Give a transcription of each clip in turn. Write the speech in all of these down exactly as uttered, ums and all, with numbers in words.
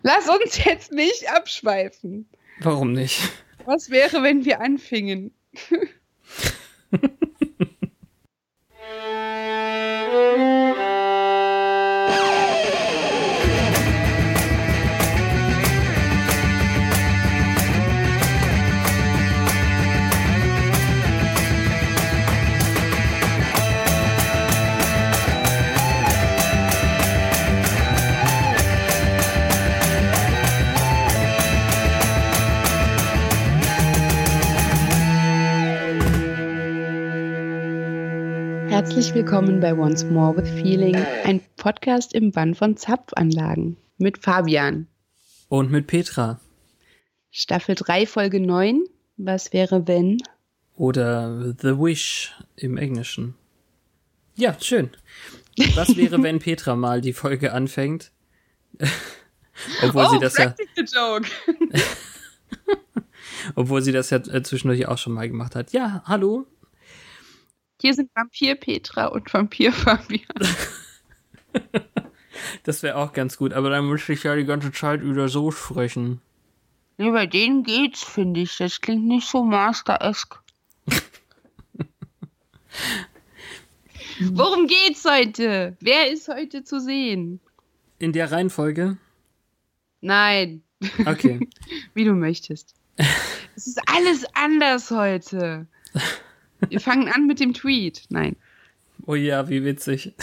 Lass uns jetzt nicht abschweifen. Warum nicht? Was wäre, wenn wir anfingen? Herzlich willkommen bei Once More with Feeling, ein Podcast im Bann von Zapfanlagen mit Fabian. Und mit Petra. Staffel drei, Folge neun. Was wäre, wenn? Oder The Wish im Englischen. Ja, schön. Was wäre, wenn Petra mal die Folge anfängt? Obwohl oh, sie das ja. Joke. Obwohl sie das ja zwischendurch auch schon mal gemacht hat. Ja, hallo. Hier sind Vampir Petra und Vampir Fabian. Das wäre auch ganz gut, aber dann müsste ich ja die ganze Zeit wieder so sprechen. Nee, bei denen geht's, finde ich. Das klingt nicht so Master-esque. Worum geht's heute? Wer ist heute zu sehen? In der Reihenfolge? Nein. Okay. Wie du möchtest. Es ist alles anders heute. Wir fangen an mit dem Tweet. Nein. Oh ja, wie witzig.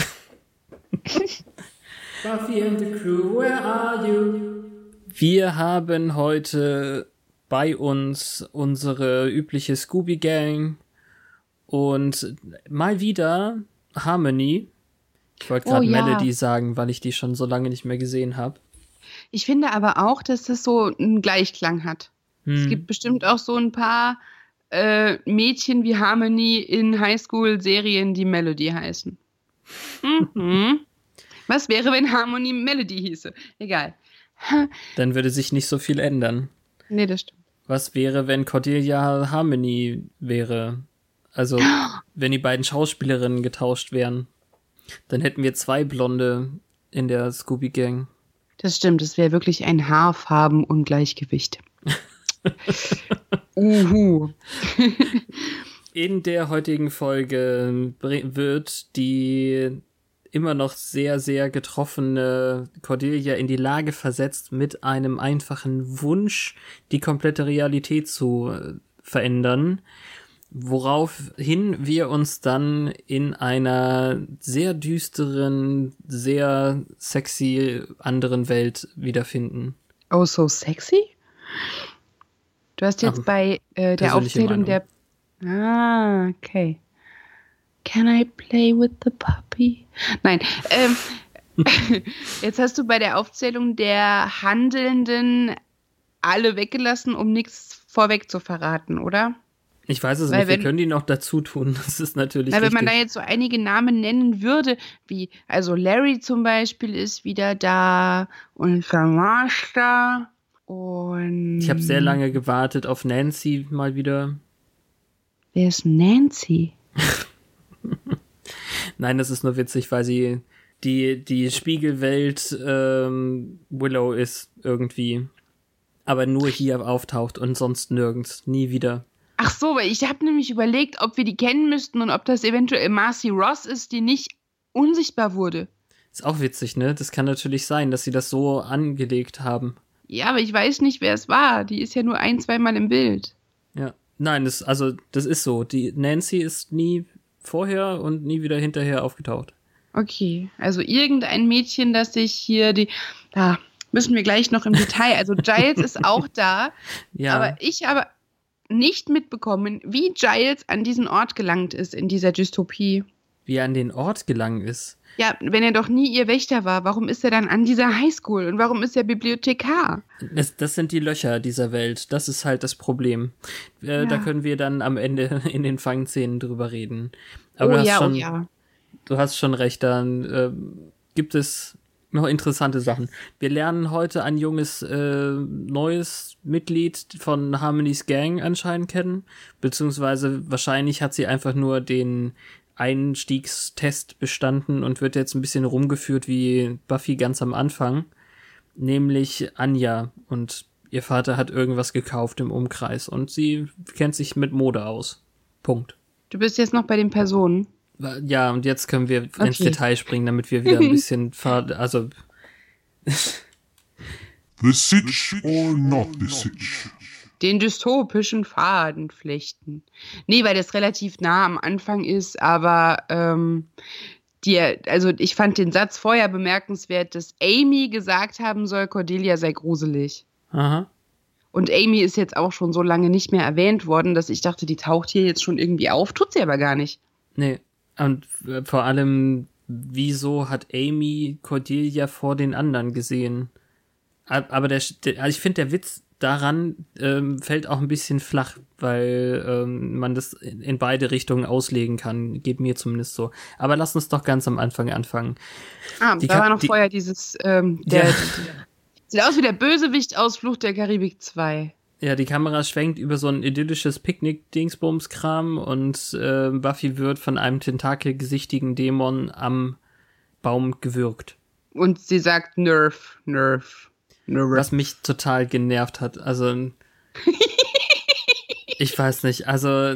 Buffy and the crew, where are you? Wir haben heute bei uns unsere übliche Scooby-Gang und mal wieder Harmony. Ich wollte gerade oh, ja. Melody sagen, weil ich die schon so lange nicht mehr gesehen habe. Ich finde aber auch, dass das so einen Gleichklang hat. Hm. Es gibt bestimmt auch so ein paar Äh, Mädchen wie Harmony in Highschool-Serien, die Melody heißen. Mhm. Was wäre, wenn Harmony Melody hieße? Egal. Dann würde sich nicht so viel ändern. Nee, das stimmt. Was wäre, wenn Cordelia Harmony wäre? Also, wenn die beiden Schauspielerinnen getauscht wären. Dann hätten wir zwei Blonde in der Scooby-Gang. Das stimmt, es wäre wirklich ein Haarfarben-Ungleichgewicht. Uhu. In der heutigen Folge wird die immer noch sehr, sehr getroffene Cordelia in die Lage versetzt, mit einem einfachen Wunsch die komplette Realität zu verändern, woraufhin wir uns dann in einer sehr düsteren, sehr sexy anderen Welt wiederfinden. Oh, so sexy? Du hast jetzt Ach, bei äh, der Aufzählung der... Ah, okay. Can I play with the puppy? Nein. Ähm, jetzt hast du bei der Aufzählung der Handelnden alle weggelassen, um nichts vorweg zu verraten, oder? Ich weiß es weil nicht, wenn, wir können die noch dazu tun. Das ist natürlich weil richtig. Wenn man da jetzt so einige Namen nennen würde, wie, also Larry zum Beispiel ist wieder da und Samash da. Und ich habe sehr lange gewartet auf Nancy mal wieder. Wer ist Nancy? Nein, das ist nur witzig, weil sie die, die Spiegelwelt ähm, Willow ist irgendwie. Aber nur hier auftaucht und sonst nirgends. Nie wieder. Ach so, weil ich habe nämlich überlegt, ob wir die kennen müssten und ob das eventuell Marcy Ross ist, die nicht unsichtbar wurde. Ist auch witzig, ne? Das kann natürlich sein, dass sie das so angelegt haben. Ja, aber ich weiß nicht, wer es war. Die ist ja nur ein-, zweimal im Bild. Ja, nein, das, also, das ist so. Die Nancy ist nie vorher und nie wieder hinterher aufgetaucht. Okay, also irgendein Mädchen, das sich hier die... Da müssen wir gleich noch im Detail... Also Giles ist auch da, ja. Aber ich habe nicht mitbekommen, wie Giles an diesen Ort gelangt ist in dieser Dystopie. Wie er an den Ort gelangt ist? Ja, wenn er doch nie ihr Wächter war, warum ist er dann an dieser Highschool und warum ist er Bibliothekar? Das, das sind die Löcher dieser Welt, das ist halt das Problem. Äh, ja. Da können wir dann am Ende in den Fangszenen drüber reden. Aber oh, du, hast ja, schon, oh ja, du hast schon recht, dann äh, gibt es noch interessante Sachen. Wir lernen heute ein junges, äh, neues Mitglied von Harmonys Gang anscheinend kennen, beziehungsweise wahrscheinlich hat sie einfach nur den Einstiegstest bestanden und wird jetzt ein bisschen rumgeführt wie Buffy ganz am Anfang. nämlich Anja. Und ihr Vater hat irgendwas gekauft im Umkreis und sie kennt sich mit Mode aus. Punkt. Du bist jetzt noch bei den Personen? Ja, und jetzt können wir okay. ins Detail springen, damit wir wieder ein bisschen, also... The Sitch or not the Sitch? Den dystopischen Faden flechten. Nee, weil das relativ nah am Anfang ist, aber ähm, die, also ich fand den Satz vorher bemerkenswert, dass Amy gesagt haben soll, Cordelia sei gruselig. Aha. Und Amy ist jetzt auch schon so lange nicht mehr erwähnt worden, dass ich dachte, die taucht hier jetzt schon irgendwie auf, tut sie aber gar nicht. Nee, und vor allem, wieso hat Amy Cordelia vor den anderen gesehen? Aber der, der also ich finde, der Witz daran ähm, fällt auch ein bisschen flach, weil ähm, man das in, in beide Richtungen auslegen kann, geht mir zumindest so. Aber lass uns doch ganz am Anfang anfangen. Ah, die da Ka- war noch die, vorher dieses, ähm, der, ja. sieht aus wie der Bösewicht aus Fluch der Karibik zwei. Ja, die Kamera schwenkt über so ein idyllisches Picknick-Dingsbums-Kram und äh, Buffy wird von einem tentakelgesichtigen Dämon am Baum gewürgt. Und sie sagt Nerf, Nerf, Nerf. Was mich total genervt hat. Also, ich weiß nicht, also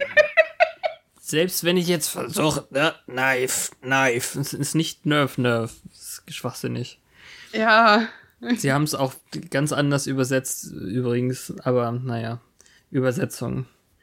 selbst wenn ich jetzt versuche, ne, Knife, Knife, es ist nicht Nerf, Nerf, das ist schwachsinnig. Ja. Sie haben es auch ganz anders übersetzt übrigens, aber naja, Übersetzung.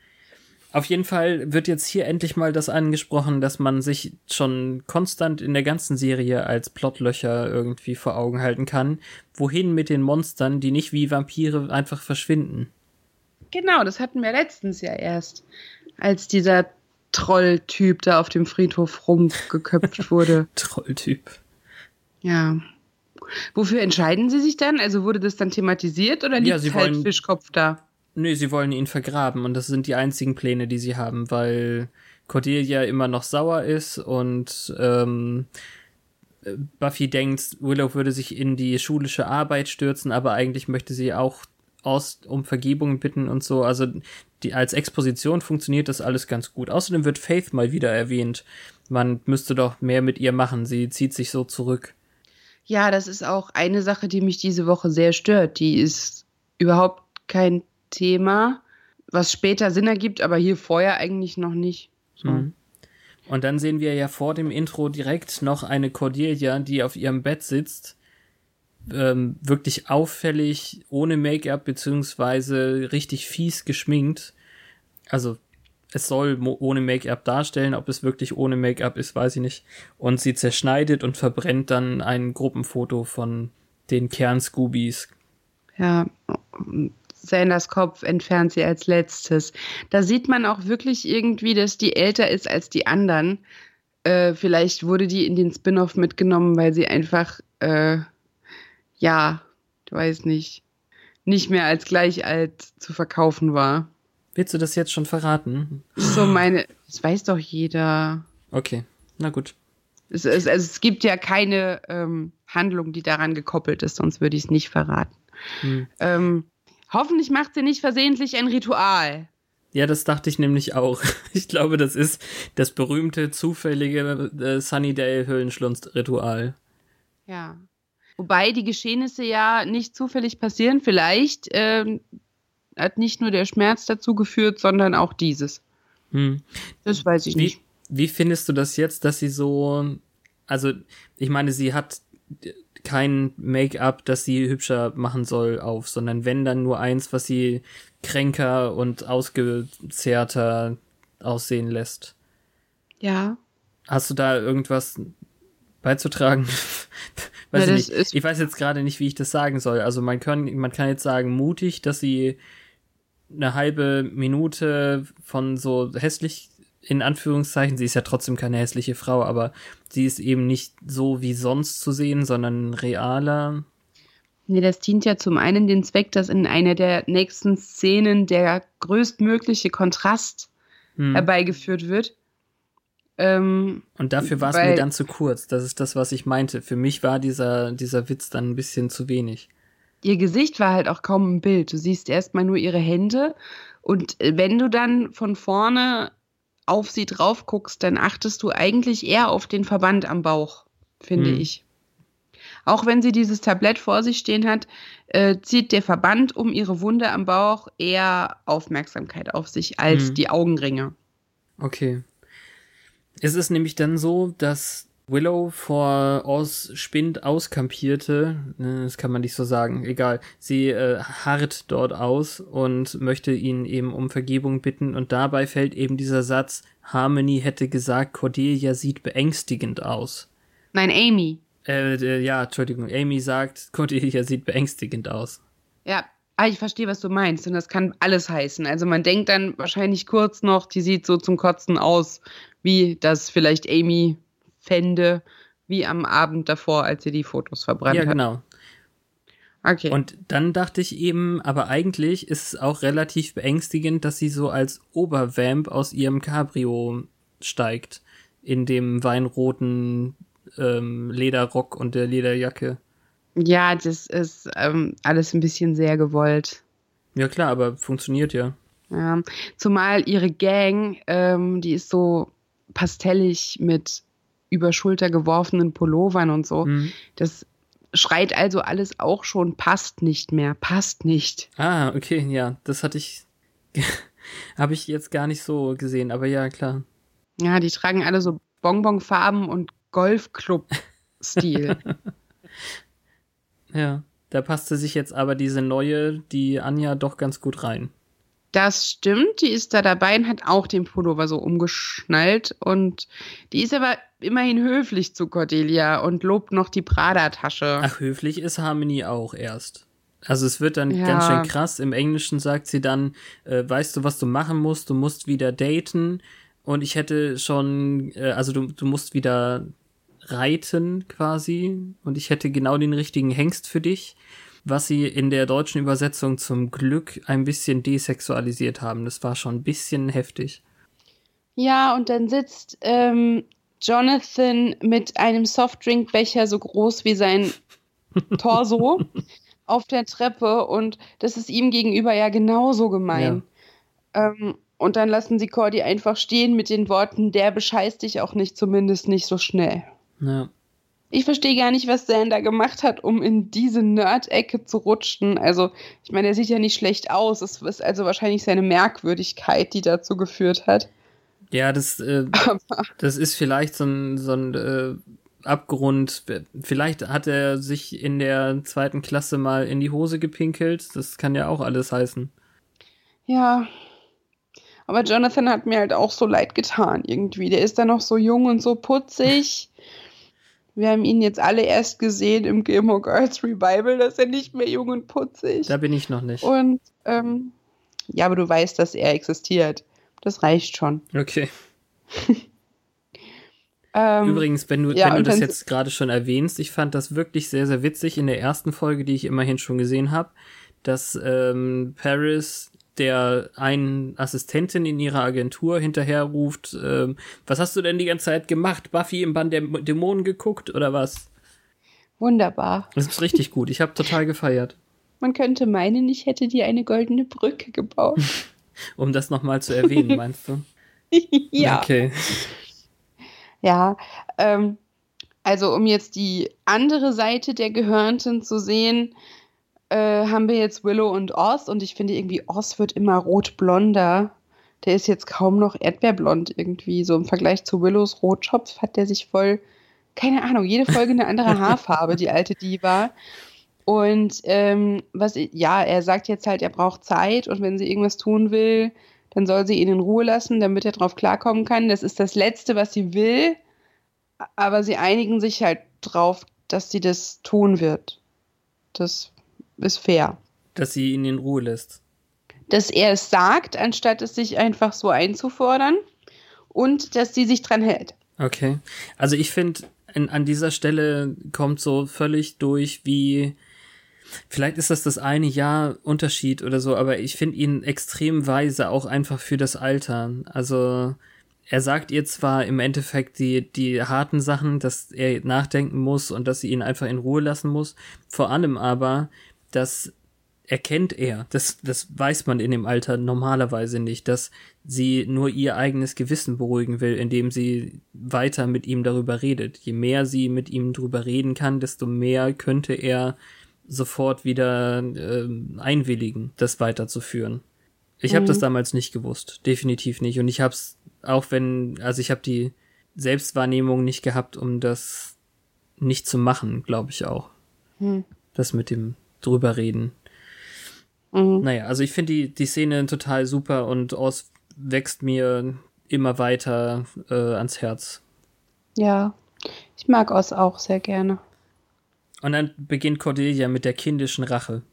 Auf jeden Fall wird jetzt hier endlich mal das angesprochen, dass man sich schon konstant in der ganzen Serie als Plotlöcher irgendwie vor Augen halten kann. Wohin mit den Monstern, die nicht wie Vampire einfach verschwinden? Genau, das hatten wir letztens ja erst, als dieser Trolltyp da auf dem Friedhof rumgeköpft wurde. Trolltyp. Ja. Wofür entscheiden sie sich dann? Also wurde das dann thematisiert oder liegt ja, sie halt wollen, Fischkopf da? Nö, sie wollen ihn vergraben und das sind die einzigen Pläne, die sie haben, weil Cordelia immer noch sauer ist und ähm, Buffy denkt, Willow würde sich in die schulische Arbeit stürzen, aber eigentlich möchte sie auch aus, um Vergebung bitten und so. Also die, als Exposition funktioniert das alles ganz gut. Außerdem wird Faith mal wieder erwähnt. Man müsste doch mehr mit ihr machen. Sie zieht sich so zurück. Ja, das ist auch eine Sache, die mich diese Woche sehr stört. Die ist überhaupt kein Thema, was später Sinn ergibt, aber hier vorher eigentlich noch nicht. So. Mhm. Und dann sehen wir ja vor dem Intro direkt noch eine Cordelia, die auf ihrem Bett sitzt, ähm, wirklich auffällig, ohne Make-up, beziehungsweise richtig fies geschminkt. Also es soll mo- ohne Make-up darstellen, ob es wirklich ohne Make-up ist, weiß ich nicht. Und sie zerschneidet und verbrennt dann ein Gruppenfoto von den Kern-Scoobies. Ja, Sanders Kopf entfernt sie als letztes. Da sieht man auch wirklich irgendwie, dass die älter ist als die anderen. Äh, vielleicht wurde die in den Spin-off mitgenommen, weil sie einfach, äh, ja, ich weiß nicht, nicht mehr als gleich alt zu verkaufen war. Willst du das jetzt schon verraten? So meine, das weiß doch jeder. Okay, na gut. Es, es, also es gibt ja keine ähm, Handlung, die daran gekoppelt ist, sonst würde ich es nicht verraten. Hm. Ähm, hoffentlich macht sie nicht versehentlich ein Ritual. Ja, das dachte ich nämlich auch. Ich glaube, das ist das berühmte, zufällige äh, Sunnydale-Höhlenschlunz-Ritual. Ja. Wobei die Geschehnisse ja nicht zufällig passieren. Vielleicht ähm, hat nicht nur der Schmerz dazu geführt, sondern auch dieses. Hm. Das weiß ich wie, nicht. Wie findest du das jetzt, dass sie so, also ich meine, sie hat kein Make-up, das sie hübscher machen soll, auf, sondern wenn, dann nur eins, was sie kränker und ausgezehrter aussehen lässt. Ja. Hast du da irgendwas beizutragen? Weiß ja, ich, nicht. Ist Ich weiß jetzt gerade nicht, wie ich das sagen soll. Also man kann, man kann jetzt sagen, mutig, dass sie eine halbe Minute von so hässlich, in Anführungszeichen, sie ist ja trotzdem keine hässliche Frau, aber sie ist eben nicht so wie sonst zu sehen, sondern realer. Nee, das dient ja zum einen den Zweck, dass in einer der nächsten Szenen der größtmögliche Kontrast hm. herbeigeführt wird. Ähm, Und dafür war es mir dann zu kurz. Das ist das, was ich meinte. Für mich war dieser, dieser Witz dann ein bisschen zu wenig. Ihr Gesicht war halt auch kaum ein Bild. Du siehst erstmal nur ihre Hände und wenn du dann von vorne auf sie drauf guckst, dann achtest du eigentlich eher auf den Verband am Bauch, finde hm. ich. Auch wenn sie dieses Tablett vor sich stehen hat, äh, zieht der Verband um ihre Wunde am Bauch eher Aufmerksamkeit auf sich als hm. die Augenringe. Okay. Es ist nämlich dann so, dass Willow vor Oz Spind auskampierte, das kann man nicht so sagen, egal, sie äh, harrt dort aus und möchte ihn eben um Vergebung bitten und dabei fällt eben dieser Satz, Harmony hätte gesagt, Cordelia sieht beängstigend aus. Nein, Amy. Äh, äh, ja, Entschuldigung, Amy sagt, Cordelia sieht beängstigend aus. Ja, ah, ich verstehe, was du meinst und das kann alles heißen. Also man denkt dann wahrscheinlich kurz noch, die sieht so zum Kotzen aus, wie das vielleicht Amy fände, wie am Abend davor, als sie die Fotos verbrannt hat. Ja, genau. Okay. Und dann dachte ich eben, aber eigentlich ist es auch relativ beängstigend, dass sie so als Obervamp aus ihrem Cabrio steigt, in dem weinroten ähm, Lederrock und der Lederjacke. Ja, das ist ähm, alles ein bisschen sehr gewollt. Ja klar, aber funktioniert ja. Ja, zumal ihre Gang, ähm, die ist so pastellig mit über Schulter geworfenen Pullovern und so. Mhm. Das schreit also alles auch schon, passt nicht mehr, passt nicht. Ah, okay, ja, das hatte ich, habe ich jetzt gar nicht so gesehen, aber ja, klar. Ja, die tragen alle so Bonbonfarben und Golfclub-Stil. Ja, da passte sich jetzt aber diese neue, die Anja, doch ganz gut rein. Das stimmt, die ist da dabei und hat auch den Pullover so umgeschnallt und die ist aber immerhin höflich zu Cordelia und lobt noch die Prada-Tasche. Ach, höflich ist Harmony auch erst. Also es wird dann ja. ganz schön krass. Im Englischen sagt sie dann, äh, weißt du, was du machen musst? Du musst wieder daten und ich hätte schon, äh, also du, du musst wieder reiten quasi und ich hätte genau den richtigen Hengst für dich. Was sie in der deutschen Übersetzung zum Glück ein bisschen desexualisiert haben. Das war schon ein bisschen heftig. Ja, und dann sitzt ähm, Jonathan mit einem Softdrinkbecher so groß wie sein Torso auf der Treppe und das ist ihm gegenüber ja genauso gemein. Ja. Ähm, und dann lassen sie Cordy einfach stehen mit den Worten, der bescheißt dich auch nicht, zumindest nicht so schnell. Ja. Ich verstehe gar nicht, was Xander gemacht hat, um in diese Nerd-Ecke zu rutschen. Also, ich meine, er sieht ja nicht schlecht aus. Es ist also wahrscheinlich seine Merkwürdigkeit, die dazu geführt hat. Ja, das, äh, das ist vielleicht so ein, so ein äh, Abgrund. Vielleicht hat er sich in der zweiten Klasse mal in die Hose gepinkelt. Das kann ja auch alles heißen. Ja, aber Jonathan hat mir halt auch so leid getan irgendwie. Der ist dann noch so jung und so putzig. Wir haben ihn jetzt alle erst gesehen im Gilmore Girls Revival, dass er nicht mehr jung und putzig. Da bin ich noch nicht. Und, ähm, ja, aber du weißt, dass er existiert. Das reicht schon. Okay. ähm, Übrigens, wenn du, ja, wenn du das jetzt gerade schon erwähnst, ich fand das wirklich sehr, sehr witzig in der ersten Folge, die ich immerhin schon gesehen habe, dass ähm, Paris der einen Assistentin in ihrer Agentur hinterher ruft, ähm, was hast du denn die ganze Zeit gemacht? Buffy im Band der Dämonen geguckt oder was? Wunderbar. Das ist richtig gut. Ich habe total gefeiert. Man könnte meinen, ich hätte dir eine goldene Brücke gebaut. Um das nochmal zu erwähnen, meinst du? Ja. Okay. Ja, ähm, also um jetzt die andere Seite der Gehörnten zu sehen, Äh, haben wir jetzt Willow und Oz und ich finde irgendwie, Oz wird immer rot-blonder. Der ist jetzt kaum noch erdbeerblond irgendwie. So im Vergleich zu Willows Rotschopf hat der sich voll, keine Ahnung, jede Folge eine andere Haarfarbe, die alte Diva. Und ähm, was, ja, er sagt jetzt halt, er braucht Zeit und wenn sie irgendwas tun will, dann soll sie ihn in Ruhe lassen, damit er drauf klarkommen kann. Das ist das Letzte, was sie will, aber sie einigen sich halt drauf, dass sie das tun wird. Das ist fair. Dass sie ihn in Ruhe lässt. Dass er es sagt, anstatt es sich einfach so einzufordern und dass sie sich dran hält. Okay. Also ich finde, an dieser Stelle kommt so völlig durch, wie vielleicht ist das das eine Jahr Unterschied oder so, aber ich finde ihn extrem weise, auch einfach für das Alter. Also er sagt ihr zwar im Endeffekt die, die harten Sachen, dass er nachdenken muss und dass sie ihn einfach in Ruhe lassen muss, vor allem aber, dass erkennt er, das, das weiß man in dem Alter normalerweise nicht, dass sie nur ihr eigenes Gewissen beruhigen will, indem sie weiter mit ihm darüber redet. Je mehr sie mit ihm darüber reden kann, desto mehr könnte er sofort wieder äh, einwilligen, das weiterzuführen. Ich mhm. habe das damals nicht gewusst, definitiv nicht. Und ich habe es, auch wenn, also ich habe die Selbstwahrnehmung nicht gehabt, um das nicht zu machen, glaube ich auch. Mhm. Das mit dem drüber reden. Mhm. Naja, also ich finde die, die Szene total super und Oz wächst mir immer weiter äh, ans Herz. Ja, ich mag Oz auch sehr gerne. Und dann beginnt Cordelia mit der kindischen Rache.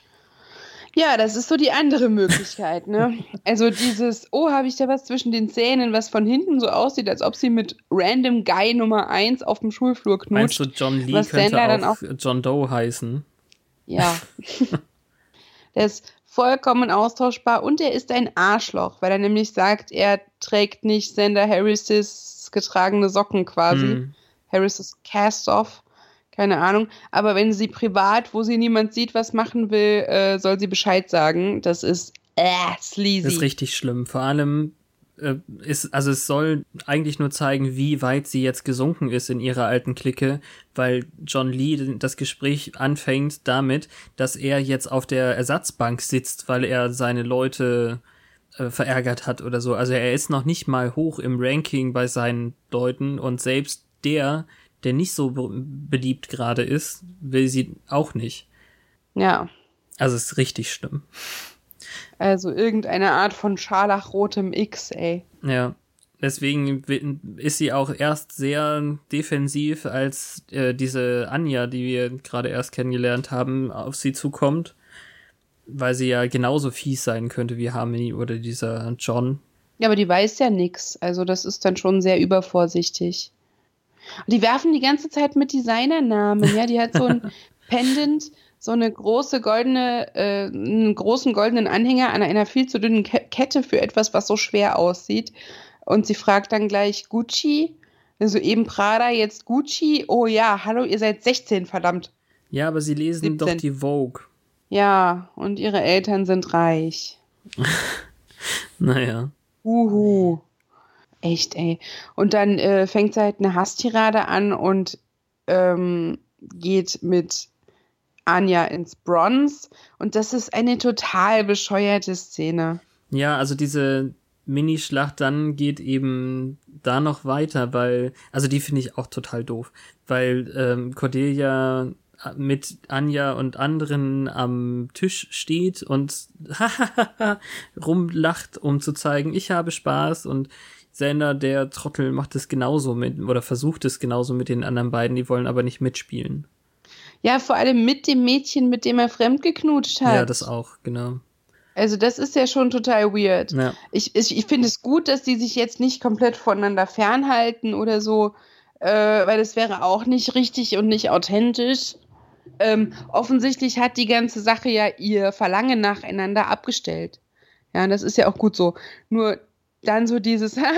Ja, das ist so die andere Möglichkeit, ne? Also dieses, oh, habe ich da was zwischen den Zähnen, was von hinten so aussieht, als ob sie mit Random Guy Nummer eins auf dem Schulflur knutscht. Meinst du, John Lee was könnte Sandler auch, dann auch John Doe heißen? Ja. Der ist vollkommen austauschbar und er ist ein Arschloch, weil er nämlich sagt, er trägt nicht Xander Harris' getragene Socken quasi. Mm. Harris' Cast-Off. Keine Ahnung. Aber wenn sie privat, wo sie niemand sieht, was machen will, äh, soll sie Bescheid sagen. Das ist äh, sleazy. Das ist richtig schlimm. Vor allem äh, ist, also es soll eigentlich nur zeigen, wie weit sie jetzt gesunken ist in ihrer alten Clique, weil John Lee das Gespräch anfängt damit, dass er jetzt auf der Ersatzbank sitzt, weil er seine Leute äh, verärgert hat oder so. Also er ist noch nicht mal hoch im Ranking bei seinen Leuten und selbst der der nicht so be- beliebt gerade ist, will sie auch nicht. Ja. Also es ist richtig schlimm. Also irgendeine Art von scharlachrotem X, ey. Ja, deswegen ist sie auch erst sehr defensiv, als äh, diese Anja, die wir gerade erst kennengelernt haben, auf sie zukommt, weil sie ja genauso fies sein könnte wie Harmony oder dieser John. Ja, aber die weiß ja nix, also das ist dann schon sehr übervorsichtig. Und die werfen die ganze Zeit mit Designernamen, ja, die hat so ein Pendant, so eine große goldene, äh, einen großen goldenen Anhänger an einer viel zu dünnen Ke- Kette für etwas, was so schwer aussieht. Und sie fragt dann gleich Gucci, also eben Prada, jetzt Gucci. Oh ja, hallo, ihr seid sechzehn, verdammt. Ja, aber sie lesen siebzehn. Doch die Vogue. Ja, und ihre Eltern sind reich. Naja. Uhu. Echt, ey. Und dann äh, fängt sie halt eine Hasstirade an und ähm, geht mit Anja ins Bronze. Und das ist eine total bescheuerte Szene. Ja, also diese Minischlacht dann geht eben da noch weiter, weil, also die finde ich auch total doof, weil ähm, Cordelia mit Anja und anderen am Tisch steht und rumlacht, um zu zeigen, ich habe Spaß, und Xander, der Trottel, macht es genauso mit, oder versucht es genauso mit den anderen beiden, die wollen aber nicht mitspielen. Ja, vor allem mit dem Mädchen, mit dem er fremdgeknutscht hat. Ja, das auch, genau. Also das ist ja schon total weird. Ja. Ich, ich, ich finde es gut, dass die sich jetzt nicht komplett voneinander fernhalten oder so, äh, weil das wäre auch nicht richtig und nicht authentisch. Ähm, offensichtlich hat die ganze Sache ja ihr Verlangen nacheinander abgestellt. Ja, und das ist ja auch gut so. Nur dann so dieses Und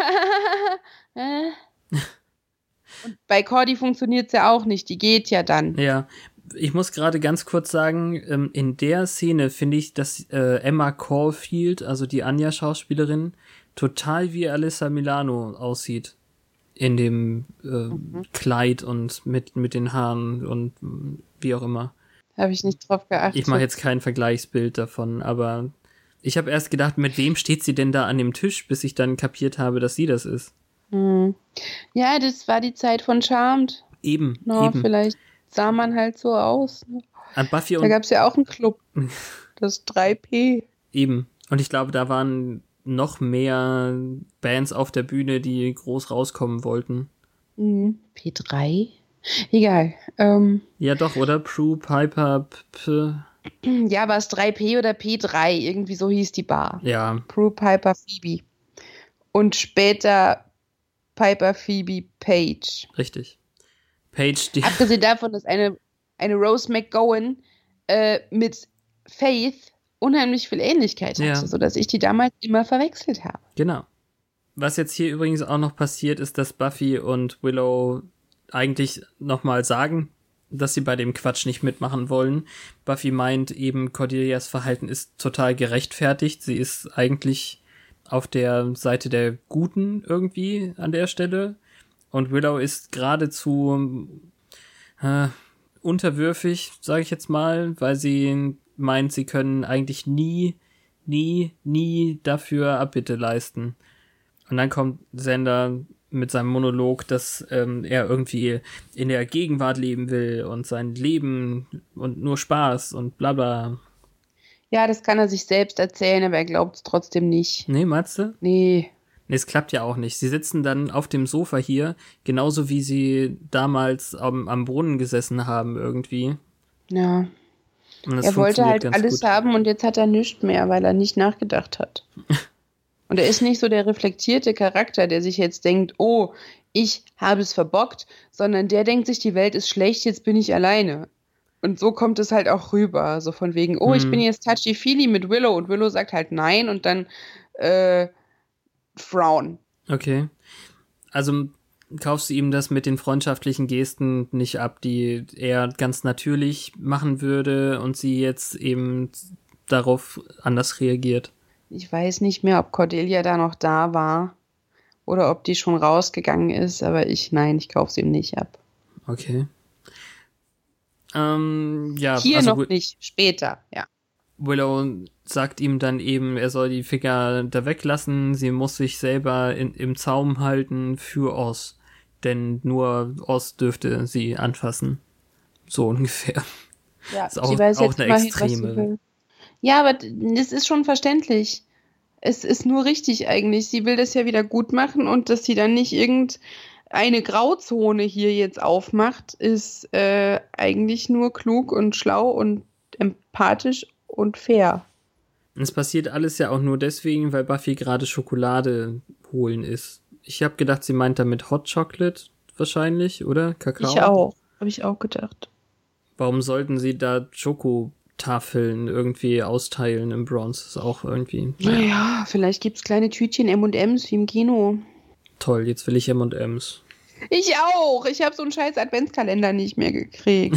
bei Cordy funktioniert es ja auch nicht, die geht ja dann. Ja, ich muss gerade ganz kurz sagen, ähm, in der Szene finde ich, dass äh, Emma Caulfield, also die Anja-Schauspielerin, total wie Alyssa Milano aussieht. In dem äh, mhm. Kleid und mit, mit den Haaren und wie auch immer. Habe ich nicht drauf geachtet. Ich mache jetzt kein Vergleichsbild davon, aber ich habe erst gedacht, mit wem steht sie denn da an dem Tisch, bis ich dann kapiert habe, dass sie das ist. Hm. Ja, das war die Zeit von Charmed. Eben, no, eben. Vielleicht sah man halt so aus. Ne? An Buffy und da gab es ja auch einen Club, das drei P. Eben. Und ich glaube, da waren noch mehr Bands auf der Bühne, die groß rauskommen wollten. Mhm. P drei? Egal. Ähm, ja doch, oder? Prue, Piper, P... Ja, war es drei P oder P drei? Irgendwie so hieß die Bar. Ja. Prue, Piper, Phoebe. Und später Piper, Phoebe, Paige. Richtig. Paige, die... Abgesehen davon, dass eine, eine Rose McGowan äh, mit Faith unheimlich viel Ähnlichkeit hatte, ja. Sodass ich die damals immer verwechselt habe. Genau. Was jetzt hier übrigens auch noch passiert, ist, dass Buffy und Willow eigentlich nochmal sagen, dass sie bei dem Quatsch nicht mitmachen wollen. Buffy meint eben, Cordelias Verhalten ist total gerechtfertigt. Sie ist eigentlich auf der Seite der Guten irgendwie an der Stelle. Und Willow ist geradezu äh, unterwürfig, sage ich jetzt mal, weil sie meint, sie können eigentlich nie, nie, nie dafür Abbitte leisten. Und dann kommt Xander mit seinem Monolog, dass ähm, er irgendwie in der Gegenwart leben will und sein Leben und nur Spaß und bla bla. Ja, das kann er sich selbst erzählen, aber er glaubt es trotzdem nicht. Nee, meinst du? Nee. Nee, es klappt ja auch nicht. Sie sitzen dann auf dem Sofa hier, genauso wie sie damals am, am Brunnen gesessen haben irgendwie. Ja. Und das er wollte halt ganz alles gut. haben und jetzt hat er nichts mehr, weil er nicht nachgedacht hat. Und er ist nicht so der reflektierte Charakter, der sich jetzt denkt, oh, ich habe es verbockt, sondern der denkt sich, die Welt ist schlecht, jetzt bin ich alleine. Und so kommt es halt auch rüber, so von wegen, oh, hm. ich bin jetzt touchy-feely mit Willow und Willow sagt halt nein und dann äh, frown. Okay. Also kaufst du ihm das mit den freundschaftlichen Gesten nicht ab, die er ganz natürlich machen würde und sie jetzt eben darauf anders reagiert? Ich weiß nicht mehr, ob Cordelia da noch da war oder ob die schon rausgegangen ist, aber ich, nein, ich kauf's ihm nicht ab. Okay. Ähm, ja, Hier also noch Will- nicht, später, ja. Willow sagt ihm dann eben, er soll die Finger da weglassen, sie muss sich selber in, im Zaum halten für Oz, denn nur Oz dürfte sie anfassen. So ungefähr. Ja, ist auch, sie weiß auch jetzt eine immerhin, extreme. was sie will. Ja, aber das ist schon verständlich. Es ist nur richtig eigentlich. Sie will das ja wieder gut machen und dass sie dann nicht irgendeine Grauzone hier jetzt aufmacht, ist äh, eigentlich nur klug und schlau und empathisch und fair. Es passiert alles ja auch nur deswegen, weil Buffy gerade Schokolade holen ist. Ich habe gedacht, sie meint damit Hot Chocolate wahrscheinlich, oder? Kakao? Ich auch. Habe ich auch gedacht. Warum sollten sie da Schokotafeln irgendwie austeilen im Bronze? Das ist auch irgendwie... Naja, ja, vielleicht gibt es kleine Tütchen M und M's wie im Kino. Toll, jetzt will ich M und M's. Ich auch. Ich habe so einen scheiß Adventskalender nicht mehr gekriegt.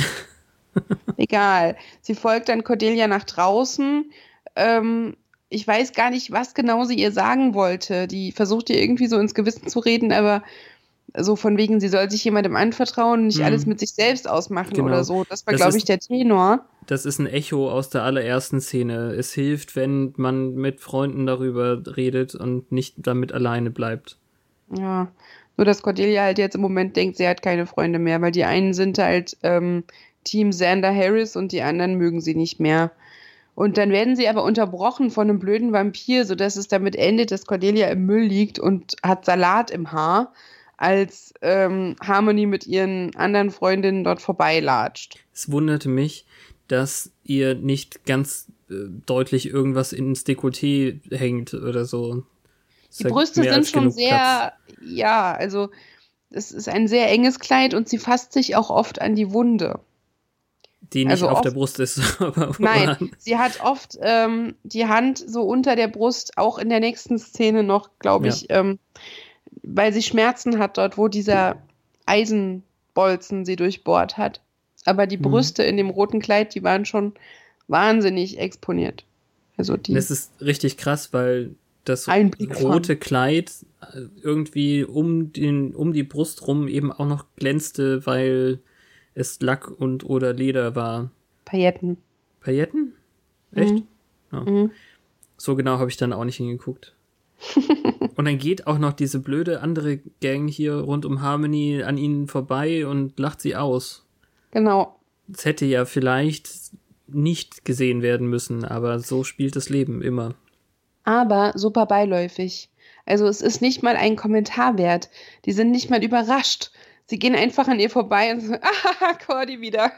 Egal. Sie folgt dann Cordelia nach draußen. Ähm, ich weiß gar nicht, was genau sie ihr sagen wollte. Die versucht ihr irgendwie so ins Gewissen zu reden, aber so von wegen, sie soll sich jemandem anvertrauen und nicht mhm. alles mit sich selbst ausmachen genau. oder so. Das war, glaube ich, der Tenor. Das ist ein Echo aus der allerersten Szene. Es hilft, wenn man mit Freunden darüber redet und nicht damit alleine bleibt. Ja, nur dass Cordelia halt jetzt im Moment denkt, sie hat keine Freunde mehr, weil die einen sind halt ähm, Team Xander Harris und die anderen mögen sie nicht mehr. Und dann werden sie aber unterbrochen von einem blöden Vampir, sodass es damit endet, dass Cordelia im Müll liegt und hat Salat im Haar, als ähm, Harmony mit ihren anderen Freundinnen dort vorbeilatscht. Es wunderte mich, dass ihr nicht ganz äh, deutlich irgendwas ins Dekolleté hängt oder so. Die Brüste sind schon sehr, Platz. ja, also es ist ein sehr enges Kleid und sie fasst sich auch oft an die Wunde. Die nicht also auf oft, der Brust ist. Aber nein, sie hat oft ähm, die Hand so unter der Brust, auch in der nächsten Szene noch, glaube ich, ja. ähm, weil sie Schmerzen hat dort, wo dieser Eisenbolzen sie durchbohrt hat. Aber die Brüste mhm. in dem roten Kleid, die waren schon wahnsinnig exponiert. Also die. Das ist richtig krass, weil das rote von. Kleid irgendwie um den um die Brust rum eben auch noch glänzte, weil es Lack und oder Leder war. Pailletten. Pailletten? Echt? Mhm. Ja. Mhm. So genau habe ich dann auch nicht hingeguckt. Und dann geht auch noch diese blöde andere Gang hier rund um Harmony an ihnen vorbei und lacht sie aus. Genau. Es hätte ja vielleicht nicht gesehen werden müssen, aber so spielt das Leben immer. Aber super beiläufig. Also es ist nicht mal ein Kommentar wert. Die sind nicht mal überrascht. Sie gehen einfach an ihr vorbei und so, ah, Cordy wieder.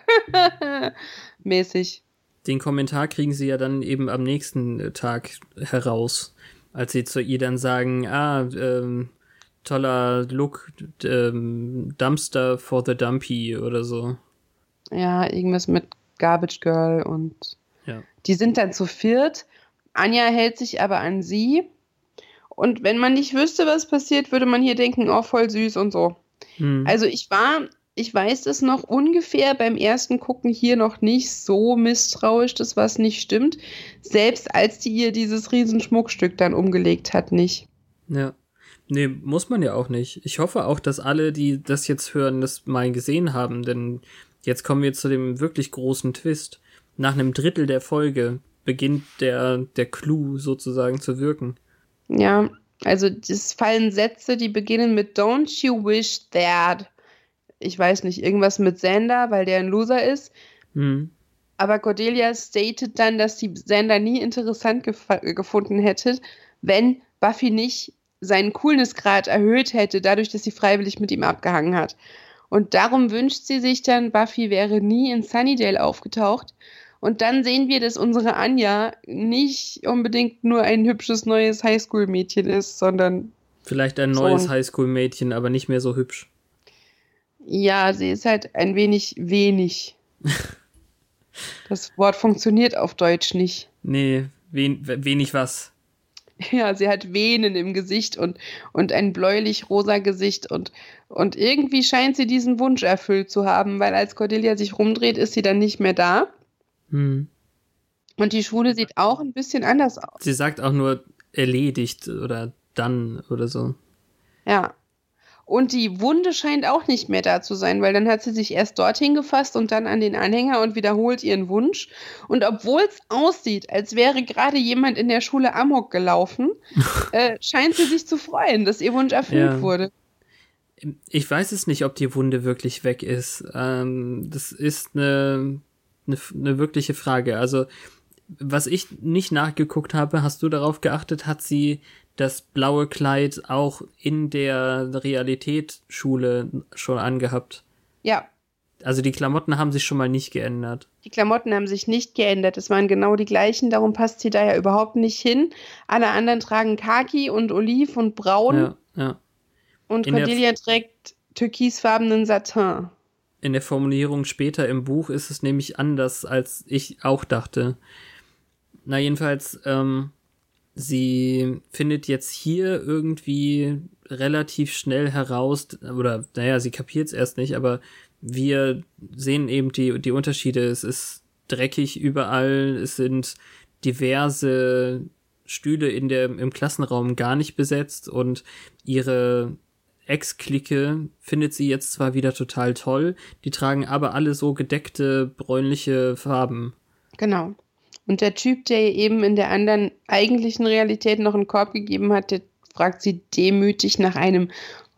Mäßig. Den Kommentar kriegen sie ja dann eben am nächsten Tag heraus, als sie zu ihr dann sagen, ah, ähm, toller Look, ähm, Dumpster for the Dumpy oder so. Ja, irgendwas mit Garbage Girl und ja. Die sind dann zu viert. Anja hält sich aber an sie. Und wenn man nicht wüsste, was passiert, würde man hier denken, oh, voll süß und so. Hm. Also ich war ich weiß es noch ungefähr beim ersten Gucken hier noch nicht so misstrauisch, dass was nicht stimmt. Selbst als die ihr dieses Riesenschmuckstück dann umgelegt hat, nicht. Ja. Nee, muss man ja auch nicht. Ich hoffe auch, dass alle, die das jetzt hören, das mal gesehen haben, denn jetzt kommen wir zu dem wirklich großen Twist. Nach einem Drittel der Folge beginnt der, der Clou sozusagen zu wirken. Ja, also es fallen Sätze, die beginnen mit Don't you wish that. Ich weiß nicht, irgendwas mit Xander, weil der ein Loser ist. Hm. Aber Cordelia statet dann, dass sie Xander nie interessant gef- gefunden hätte, wenn Buffy nicht seinen Coolness-Grad erhöht hätte, dadurch, dass sie freiwillig mit ihm abgehangen hat. Und darum wünscht sie sich dann, Buffy wäre nie in Sunnydale aufgetaucht. Und dann sehen wir, dass unsere Anja nicht unbedingt nur ein hübsches neues Highschool-Mädchen ist, sondern vielleicht ein neues so Highschool-Mädchen, aber nicht mehr so hübsch. Ja, sie ist halt ein wenig wenig. Das Wort funktioniert auf Deutsch nicht. Nee, wen, wenig was. Ja, sie hat Venen im Gesicht und, und ein bläulich-rosa Gesicht und, und irgendwie scheint sie diesen Wunsch erfüllt zu haben, weil als Cordelia sich rumdreht, ist sie dann nicht mehr da. Hm. Und die Schule sieht auch ein bisschen anders aus. Sie sagt auch nur erledigt oder dann oder so. Ja. Und die Wunde scheint auch nicht mehr da zu sein, weil dann hat sie sich erst dorthin gefasst und dann an den Anhänger und wiederholt ihren Wunsch. Und obwohl es aussieht, als wäre gerade jemand in der Schule Amok gelaufen, äh, scheint sie sich zu freuen, dass ihr Wunsch erfüllt ja. wurde. Ich weiß es nicht, ob die Wunde wirklich weg ist. Ähm, das ist eine, eine, eine wirkliche Frage. Also, was ich nicht nachgeguckt habe, hast du darauf geachtet, hat sie das blaue Kleid auch in der Realitätsschule schon angehabt? Ja. Also die Klamotten haben sich schon mal nicht geändert. Die Klamotten haben sich nicht geändert. Es waren genau die gleichen, darum passt sie da ja überhaupt nicht hin. Alle anderen tragen Khaki und Oliv und Braun. Ja, ja. Und in Cordelia trägt türkisfarbenen Satin. In der Formulierung später im Buch ist es nämlich anders, als ich auch dachte. Na jedenfalls, ähm, sie findet jetzt hier irgendwie relativ schnell heraus, oder naja, sie kapiert es erst nicht, aber wir sehen eben die, die Unterschiede. Es ist dreckig überall, es sind diverse Stühle in der, im Klassenraum gar nicht besetzt und ihre Ex-Clique findet sie jetzt zwar wieder total toll, die tragen aber alle so gedeckte bräunliche Farben. Genau. Und der Typ, der ihr eben in der anderen eigentlichen Realität noch einen Korb gegeben hat, der fragt sie demütig nach einem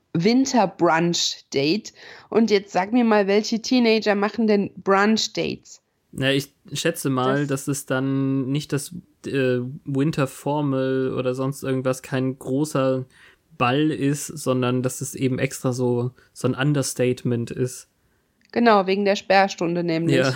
Winter-Brunch-Date. Und jetzt sag mir mal, welche Teenager machen denn Brunch-Dates? Na, ich schätze mal, das dass es dann nicht das äh, Winter-Formal oder sonst irgendwas, kein großer Ball ist, sondern dass es eben extra so, so ein Understatement ist. Genau, wegen der Sperrstunde nämlich. Ja.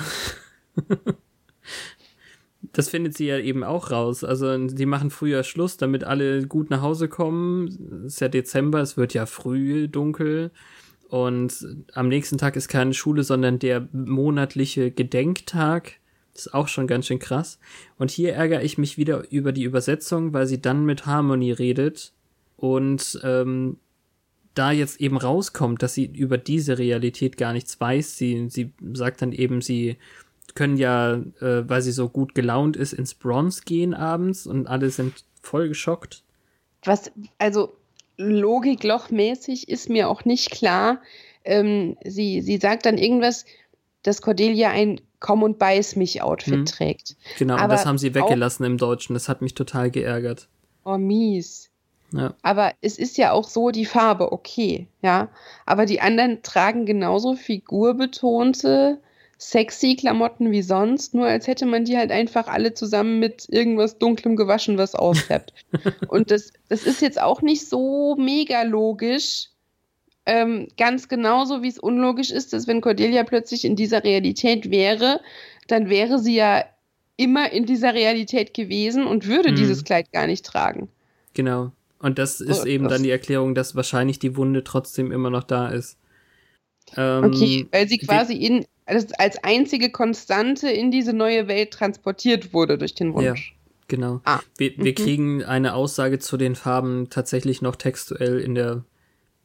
Das findet sie ja eben auch raus. Also die machen früher Schluss, damit alle gut nach Hause kommen. Es ist ja Dezember, es wird ja früh dunkel. Und am nächsten Tag ist keine Schule, sondern der monatliche Gedenktag. Das ist auch schon ganz schön krass. Und hier ärgere ich mich wieder über die Übersetzung, weil sie dann mit Harmony redet. Und ähm, da jetzt eben rauskommt, dass sie über diese Realität gar nichts weiß. Sie, sie sagt dann eben, sie können ja, äh, weil sie so gut gelaunt ist, ins Bronze gehen abends und alle sind voll geschockt. Was, also logiklochmäßig ist mir auch nicht klar. Ähm, sie, sie sagt dann irgendwas, dass Cordelia ein Komm- und Beiß-mich-Outfit hm. trägt. Genau, aber und das haben sie weggelassen im Deutschen. Das hat mich total geärgert. Oh, mies. Ja. Aber es ist ja auch so die Farbe, okay, ja. Aber die anderen tragen genauso figurbetonte sexy Klamotten wie sonst, nur als hätte man die halt einfach alle zusammen mit irgendwas Dunklem gewaschen, was ausfärbt. Und das, das ist jetzt auch nicht so mega logisch, ähm, ganz genauso wie es unlogisch ist, dass wenn Cordelia plötzlich in dieser Realität wäre, dann wäre sie ja immer in dieser Realität gewesen und würde mhm. dieses Kleid gar nicht tragen. Genau. Und das ist so, eben das dann die Erklärung, dass wahrscheinlich die Wunde trotzdem immer noch da ist. Ähm, okay, weil sie quasi in als, als einzige Konstante in diese neue Welt transportiert wurde durch den Wunsch. Ja, genau. Ah. Wir, wir mhm. kriegen eine Aussage zu den Farben tatsächlich noch textuell in der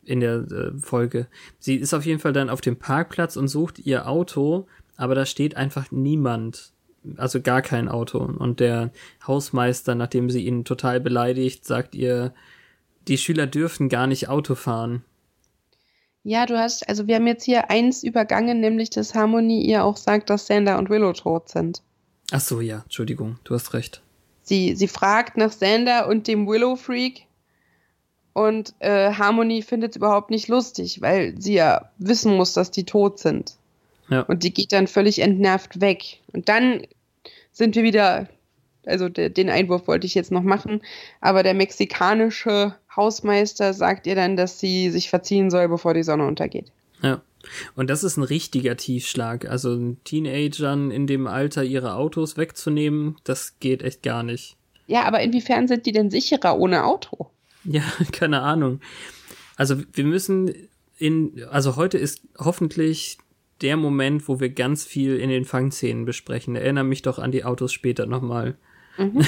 in der äh, Folge. Sie ist auf jeden Fall dann auf dem Parkplatz und sucht ihr Auto, aber da steht einfach niemand. Also gar kein Auto. Und der Hausmeister, nachdem sie ihn total beleidigt, sagt ihr, die Schüler dürfen gar nicht Auto fahren. Ja, du hast, also wir haben jetzt hier eins übergangen, nämlich dass Harmony ihr auch sagt, dass Xander und Willow tot sind. Ach so, ja, Entschuldigung, du hast recht. Sie, sie fragt nach Xander und dem Willow-Freak und äh, Harmony findet es überhaupt nicht lustig, weil sie ja wissen muss, dass die tot sind. Ja. Und die geht dann völlig entnervt weg. Und dann sind wir wieder, also de, den Einwurf wollte ich jetzt noch machen, aber der mexikanische Hausmeister sagt ihr dann, dass sie sich verziehen soll, bevor die Sonne untergeht. Ja, und das ist ein richtiger Tiefschlag. Also Teenagern in dem Alter ihre Autos wegzunehmen, das geht echt gar nicht. Ja, aber inwiefern sind die denn sicherer ohne Auto? Ja, keine Ahnung. Also wir müssen in, also heute ist hoffentlich der Moment, wo wir ganz viel in den Fangszenen besprechen. Erinnere mich doch an die Autos später nochmal. Mhm.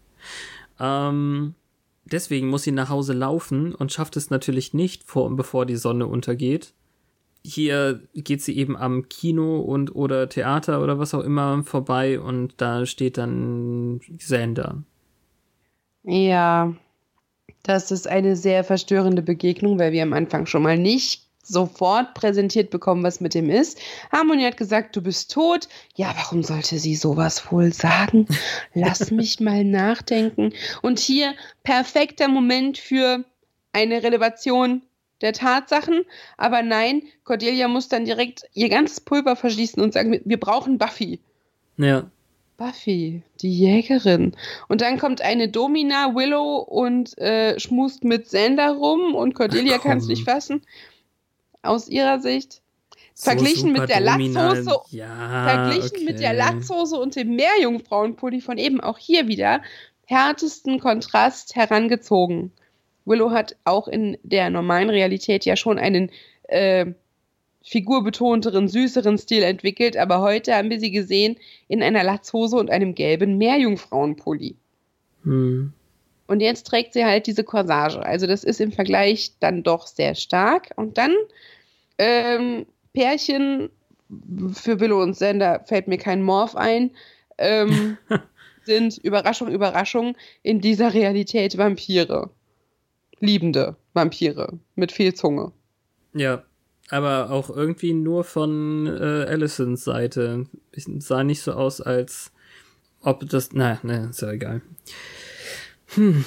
ähm, deswegen muss sie nach Hause laufen und schafft es natürlich nicht, vor, bevor die Sonne untergeht. Hier geht sie eben am Kino und oder Theater oder was auch immer vorbei und da steht dann Xander. Ja, das ist eine sehr verstörende Begegnung, weil wir am Anfang schon mal nicht sofort präsentiert bekommen, was mit dem ist. Harmony hat gesagt, du bist tot. Ja, warum sollte sie sowas wohl sagen? Lass mich mal nachdenken. Und hier perfekter Moment für eine Relevation der Tatsachen. Aber nein, Cordelia muss dann direkt ihr ganzes Pulver verschließen und sagen, wir brauchen Buffy. Ja. Buffy, die Jägerin. Und dann kommt eine Domina, Willow und äh, schmust mit Xander rum und Cordelia kann es nicht fassen. Aus ihrer Sicht. So verglichen mit der Latzhose, ja, verglichen okay. mit der Latzhose und dem Meerjungfrauenpulli von eben auch hier wieder härtesten Kontrast herangezogen. Willow hat auch in der normalen Realität ja schon einen äh, figurbetonteren, süßeren Stil entwickelt, aber heute haben wir sie gesehen in einer Latzhose und einem gelben Meerjungfrauenpulli. Hm. Und jetzt trägt sie halt diese Corsage. Also das ist im Vergleich dann doch sehr stark. Und dann ähm, Pärchen, für Willow und Xander fällt mir kein Morph ein, ähm, sind, Überraschung, Überraschung, in dieser Realität Vampire. Liebende Vampire mit viel Zunge. Ja, aber auch irgendwie nur von äh, Alicents Seite. Es sah nicht so aus, als ob das... Na, ne, ist ja egal. Hm.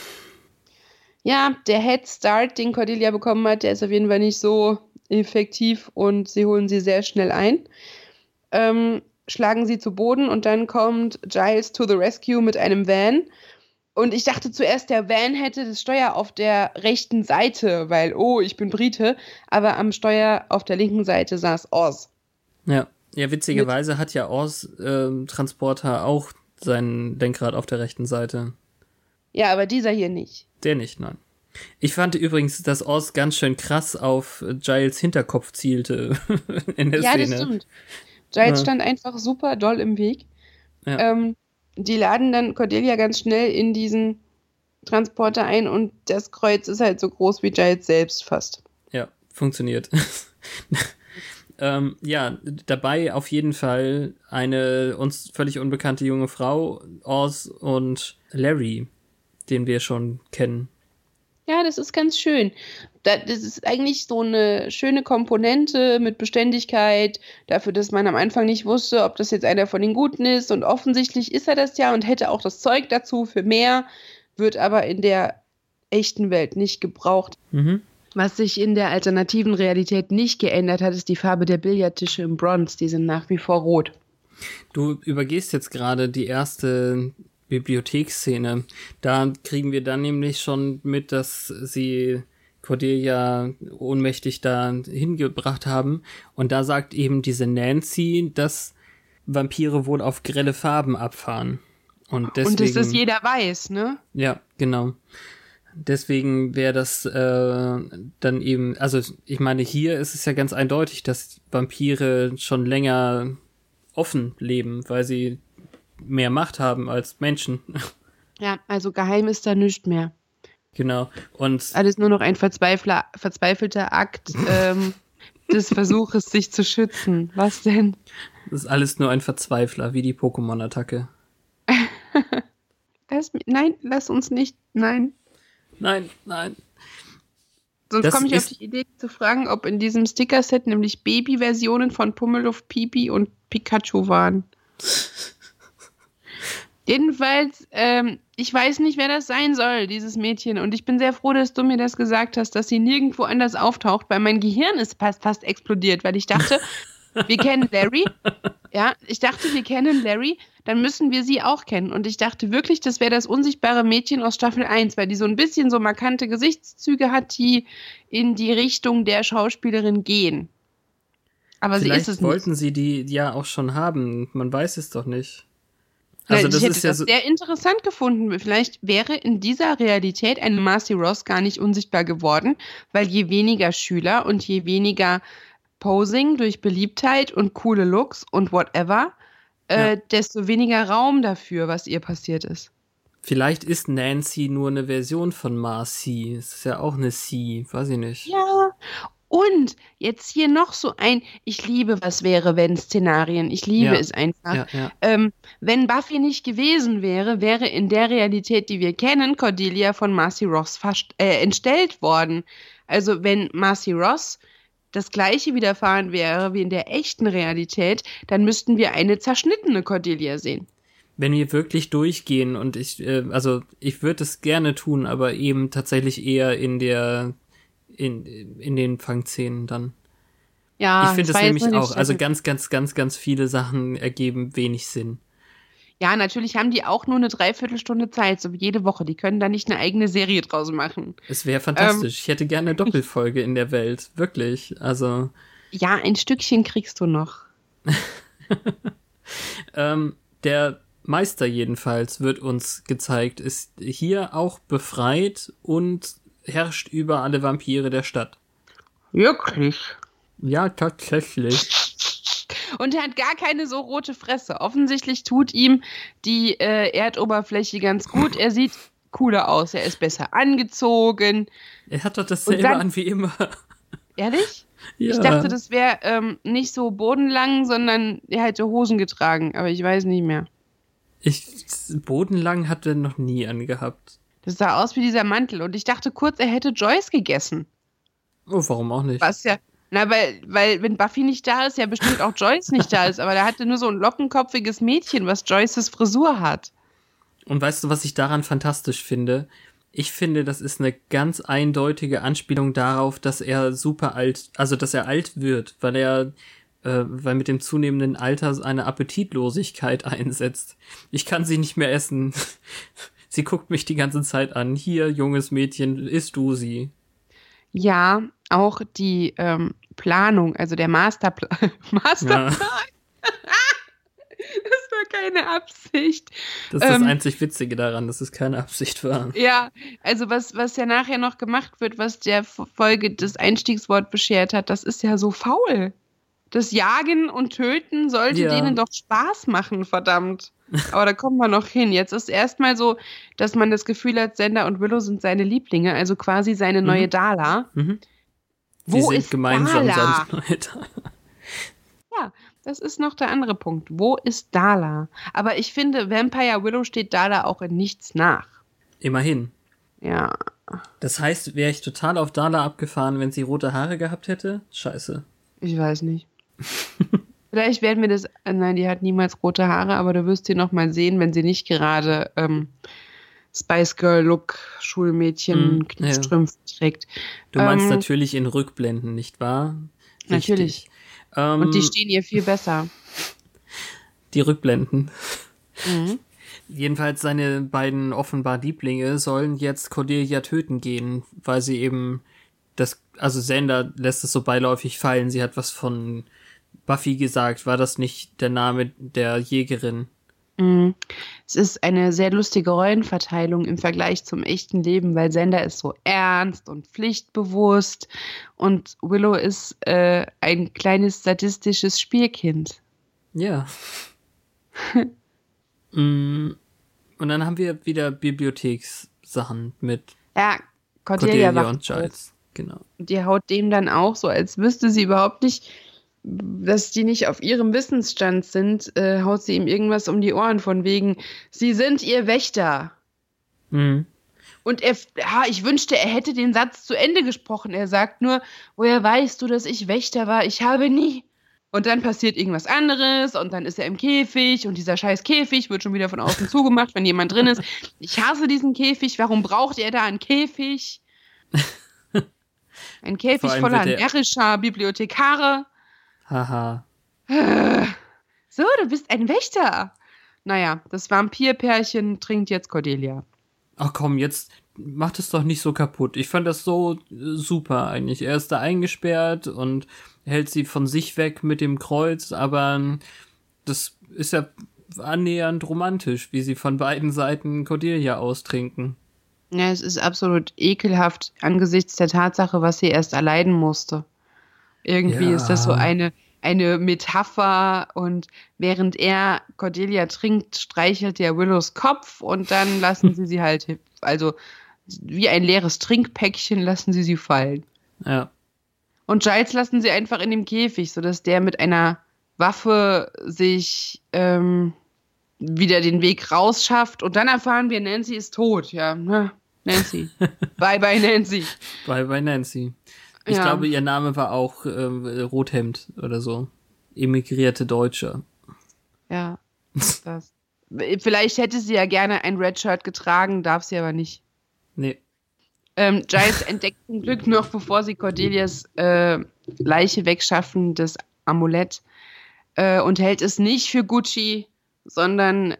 Ja, der Head Start, den Cordelia bekommen hat, der ist auf jeden Fall nicht so effektiv und sie holen sie sehr schnell ein. Ähm, schlagen sie zu Boden und dann kommt Giles to the rescue mit einem Van. Und ich dachte zuerst, der Van hätte das Steuer auf der rechten Seite, weil, oh, ich bin Brite, aber am Steuer auf der linken Seite saß Oz. Ja, ja, witzigerweise mit hat ja Oz äh, Transporter auch sein Lenkrad auf der rechten Seite. Ja, aber dieser hier nicht. Der nicht, nein. Ich fand übrigens, dass Oz ganz schön krass auf Giles Hinterkopf zielte in der ja, Szene. Ja, das stimmt. Giles ja. stand einfach super doll im Weg. Ja. Ähm, die laden dann Cordelia ganz schnell in diesen Transporter ein und das Kreuz ist halt so groß wie Giles selbst fast. Ja, funktioniert. ähm, ja, dabei auf jeden Fall eine uns völlig unbekannte junge Frau, Oz und Larry, den wir schon kennen. Ja, das ist ganz schön. Das ist eigentlich so eine schöne Komponente mit Beständigkeit, dafür, dass man am Anfang nicht wusste, ob das jetzt einer von den Guten ist. Und offensichtlich ist er das ja und hätte auch das Zeug dazu für mehr, wird aber in der echten Welt nicht gebraucht. Mhm. Was sich in der alternativen Realität nicht geändert hat, ist die Farbe der Billardtische im Bronze. Die sind nach wie vor rot. Du übergehst jetzt gerade die erste Bibliotheksszene. Da kriegen wir dann nämlich schon mit, dass sie Cordelia ohnmächtig da hingebracht haben. Und da sagt eben diese Nancy, dass Vampire wohl auf grelle Farben abfahren. Und deswegen, Und dass das jeder weiß, ne? Ja, genau. Deswegen wäre das äh, dann eben, also ich meine, hier ist es ja ganz eindeutig, dass Vampire schon länger offen leben, weil sie mehr Macht haben als Menschen. Ja, also geheim ist da nichts mehr. Genau. Und alles nur noch ein verzweifler, verzweifelter Akt ähm, des Versuches, sich zu schützen. Was denn? Das ist alles nur ein Verzweifler, wie die Pokémon-Attacke. Lass, nein, lass uns nicht. Nein. Nein, nein. Sonst komme ich auf die Idee zu fragen, ob in diesem Sticker-Set nämlich Baby-Versionen von Pummeluft, Pipi und Pikachu waren. Jedenfalls, ähm, ich weiß nicht, wer das sein soll, dieses Mädchen. Und ich bin sehr froh, dass du mir das gesagt hast, dass sie nirgendwo anders auftaucht, weil mein Gehirn ist fast, fast explodiert, weil ich dachte, wir kennen Larry. Ja, ich dachte, wir kennen Larry, dann müssen wir sie auch kennen. Und ich dachte wirklich, das wäre das unsichtbare Mädchen aus Staffel eins, weil die so ein bisschen so markante Gesichtszüge hat, die in die Richtung der Schauspielerin gehen. Aber Vielleicht sie ist es wollten nicht. sie die ja auch schon haben. Man weiß es doch nicht. Also Nein, das ich hätte ist ja das so sehr interessant gefunden. Vielleicht wäre in dieser Realität eine Marcy Ross gar nicht unsichtbar geworden, weil je weniger Schüler und je weniger Posing durch Beliebtheit und coole Looks und whatever, äh, Ja. desto weniger Raum dafür, was ihr passiert ist. Vielleicht ist Nancy nur eine Version von Marcy. Es ist ja auch eine C, weiß ich nicht. Ja. Und jetzt hier noch so ein, ich liebe was wäre, wenn Szenarien, ich liebe Ja. es einfach. Ja, ja. Ähm, wenn Buffy nicht gewesen wäre, wäre in der Realität, die wir kennen, Cordelia von Marcy Ross fast, äh, entstellt worden. Also wenn Marcy Ross das gleiche widerfahren wäre wie in der echten Realität, dann müssten wir eine zerschnittene Cordelia sehen. Wenn wir wirklich durchgehen und ich, äh, also ich würde es gerne tun, aber eben tatsächlich eher in der in, in den Fangszenen dann. Ja, ich finde das es war jetzt nämlich nur die auch. Also Stelle. ganz, ganz, ganz, ganz viele Sachen ergeben wenig Sinn. Ja, natürlich haben die auch nur eine Dreiviertelstunde Zeit, so wie jede Woche. Die können da nicht eine eigene Serie draus machen. Es wäre fantastisch. ich hätte gerne eine Doppelfolge in der Welt. Wirklich. Also. Ja, ein Stückchen kriegst du noch. ähm, der Meister jedenfalls wird uns gezeigt, ist hier auch befreit und herrscht über alle Vampire der Stadt. Wirklich? Ja, tatsächlich. Und er hat gar keine so rote Fresse. Offensichtlich tut ihm die äh, Erdoberfläche ganz gut. Er sieht cooler aus. Er ist besser angezogen. Er hat doch dasselbe dann- an wie immer. Ehrlich? Ja. Ich dachte, das wäre ähm, nicht so bodenlang, sondern er hätte Hosen getragen. Aber ich weiß nicht mehr. Ich, bodenlang hat er noch nie angehabt. Das sah aus wie dieser Mantel. Und ich dachte kurz, er hätte Joyce gegessen. Oh, warum auch nicht? Was ja, na, weil, weil wenn Buffy nicht da ist, ja bestimmt auch Joyce nicht da ist. Aber der hatte nur so ein lockenkopfiges Mädchen, was Joyces Frisur hat. Und weißt du, was ich daran fantastisch finde? Ich finde, das ist eine ganz eindeutige Anspielung darauf, dass er super alt, also dass er alt wird, weil er, äh, weil mit dem zunehmenden Alter eine Appetitlosigkeit einsetzt. Ich kann sie nicht mehr essen. Sie guckt mich die ganze Zeit an. Hier, junges Mädchen, isst du sie? Ja, auch die ähm, Planung, also der Masterplan. Masterplan? Ja, Das war keine Absicht. das ist das Ähm, einzig Witzige daran, dass es keine Absicht war. Ja, also was, was ja nachher noch gemacht wird, was der Folge das Einstiegswort beschert hat, das ist ja so faul. Das Jagen und Töten sollte Ja. denen doch Spaß machen, verdammt. Aber da kommen wir noch hin. Jetzt ist erstmal so, dass man das Gefühl hat, Xander und Willow sind seine Lieblinge, also quasi seine neue Dala. Mhm. Wo Sie sind ist gemeinsam Dala? seine Leute. Ja, das ist noch der andere Punkt. Wo ist Dala? Aber ich finde, Vampire Willow steht Dala auch in nichts nach. Immerhin. Ja. Das heißt, wäre ich total auf Dala abgefahren, wenn sie rote Haare gehabt hätte? Scheiße. Ich weiß nicht. Vielleicht werden wir das. äh, Nein, die hat niemals rote Haare, aber du wirst sie noch mal sehen, wenn sie nicht gerade ähm, Spice Girl Look, Schulmädchen, Mm, Kniestrümpfe trägt. Du meinst Ähm, natürlich in Rückblenden, nicht wahr? Richtig. Natürlich. Ähm, Und die stehen ihr viel besser. die Rückblenden. Mhm. Jedenfalls seine beiden offenbar Lieblinge sollen jetzt Cordelia töten gehen, weil sie eben das, also Xander lässt es so beiläufig fallen, sie hat was von Buffy gesagt, war das nicht der Name der Jägerin? Mhm. Es ist eine sehr lustige Rollenverteilung im Vergleich zum echten Leben, weil Xander ist so ernst und pflichtbewusst und Willow ist äh, ein kleines sadistisches Spielkind. Ja. Mm, Und dann haben wir wieder Bibliothekssachen mit Ja, Cordelia, Cordelia und Giles, genau. Die haut dem dann auch so, als wüsste sie überhaupt nicht, dass die nicht auf ihrem Wissensstand sind, äh, haut sie ihm irgendwas um die Ohren von wegen, sie sind ihr Wächter. Mhm. Und er, ja, ich wünschte, er hätte den Satz zu Ende gesprochen. Er sagt nur, woher weißt du, dass ich Wächter war? Ich habe nie. Und dann passiert irgendwas anderes und dann ist er im Käfig und dieser scheiß Käfig wird schon wieder von außen zugemacht, wenn jemand drin ist. Ich hasse diesen Käfig. Warum braucht er da einen Käfig? Ein Käfig voller närrischer Bibliothekare. Haha. So, du bist ein Wächter. Naja, das Vampirpärchen trinkt jetzt Cordelia. Ach komm, jetzt macht es doch nicht so kaputt. Ich fand das so super eigentlich. Er ist da eingesperrt und hält sie von sich weg mit dem Kreuz, aber das ist ja annähernd romantisch, wie sie von beiden Seiten Cordelia austrinken. Ja, es ist absolut ekelhaft angesichts der Tatsache, was sie erst erleiden musste. Irgendwie ja. Ist das so eine, eine Metapher und während er Cordelia trinkt, streichelt der Willows Kopf und dann lassen sie sie halt, also wie ein leeres Trinkpäckchen lassen sie sie fallen. Ja. Und Giles lassen sie einfach in dem Käfig, sodass der mit einer Waffe sich ähm, wieder den Weg rausschafft und dann erfahren wir, Nancy ist tot. Ja, Nancy. Bye bye Nancy. Bye bye Nancy. Ich ja. glaube, ihr Name war auch äh, Rothemd oder so. Emigrierte Deutsche. Ja. Das. Vielleicht hätte sie ja gerne ein Redshirt getragen, darf sie aber nicht. Nee. Ähm, Giles entdeckt zum Glück noch, bevor sie Cordelias äh, Leiche wegschaffen, das Amulett äh, und hält es nicht für Gucci, sondern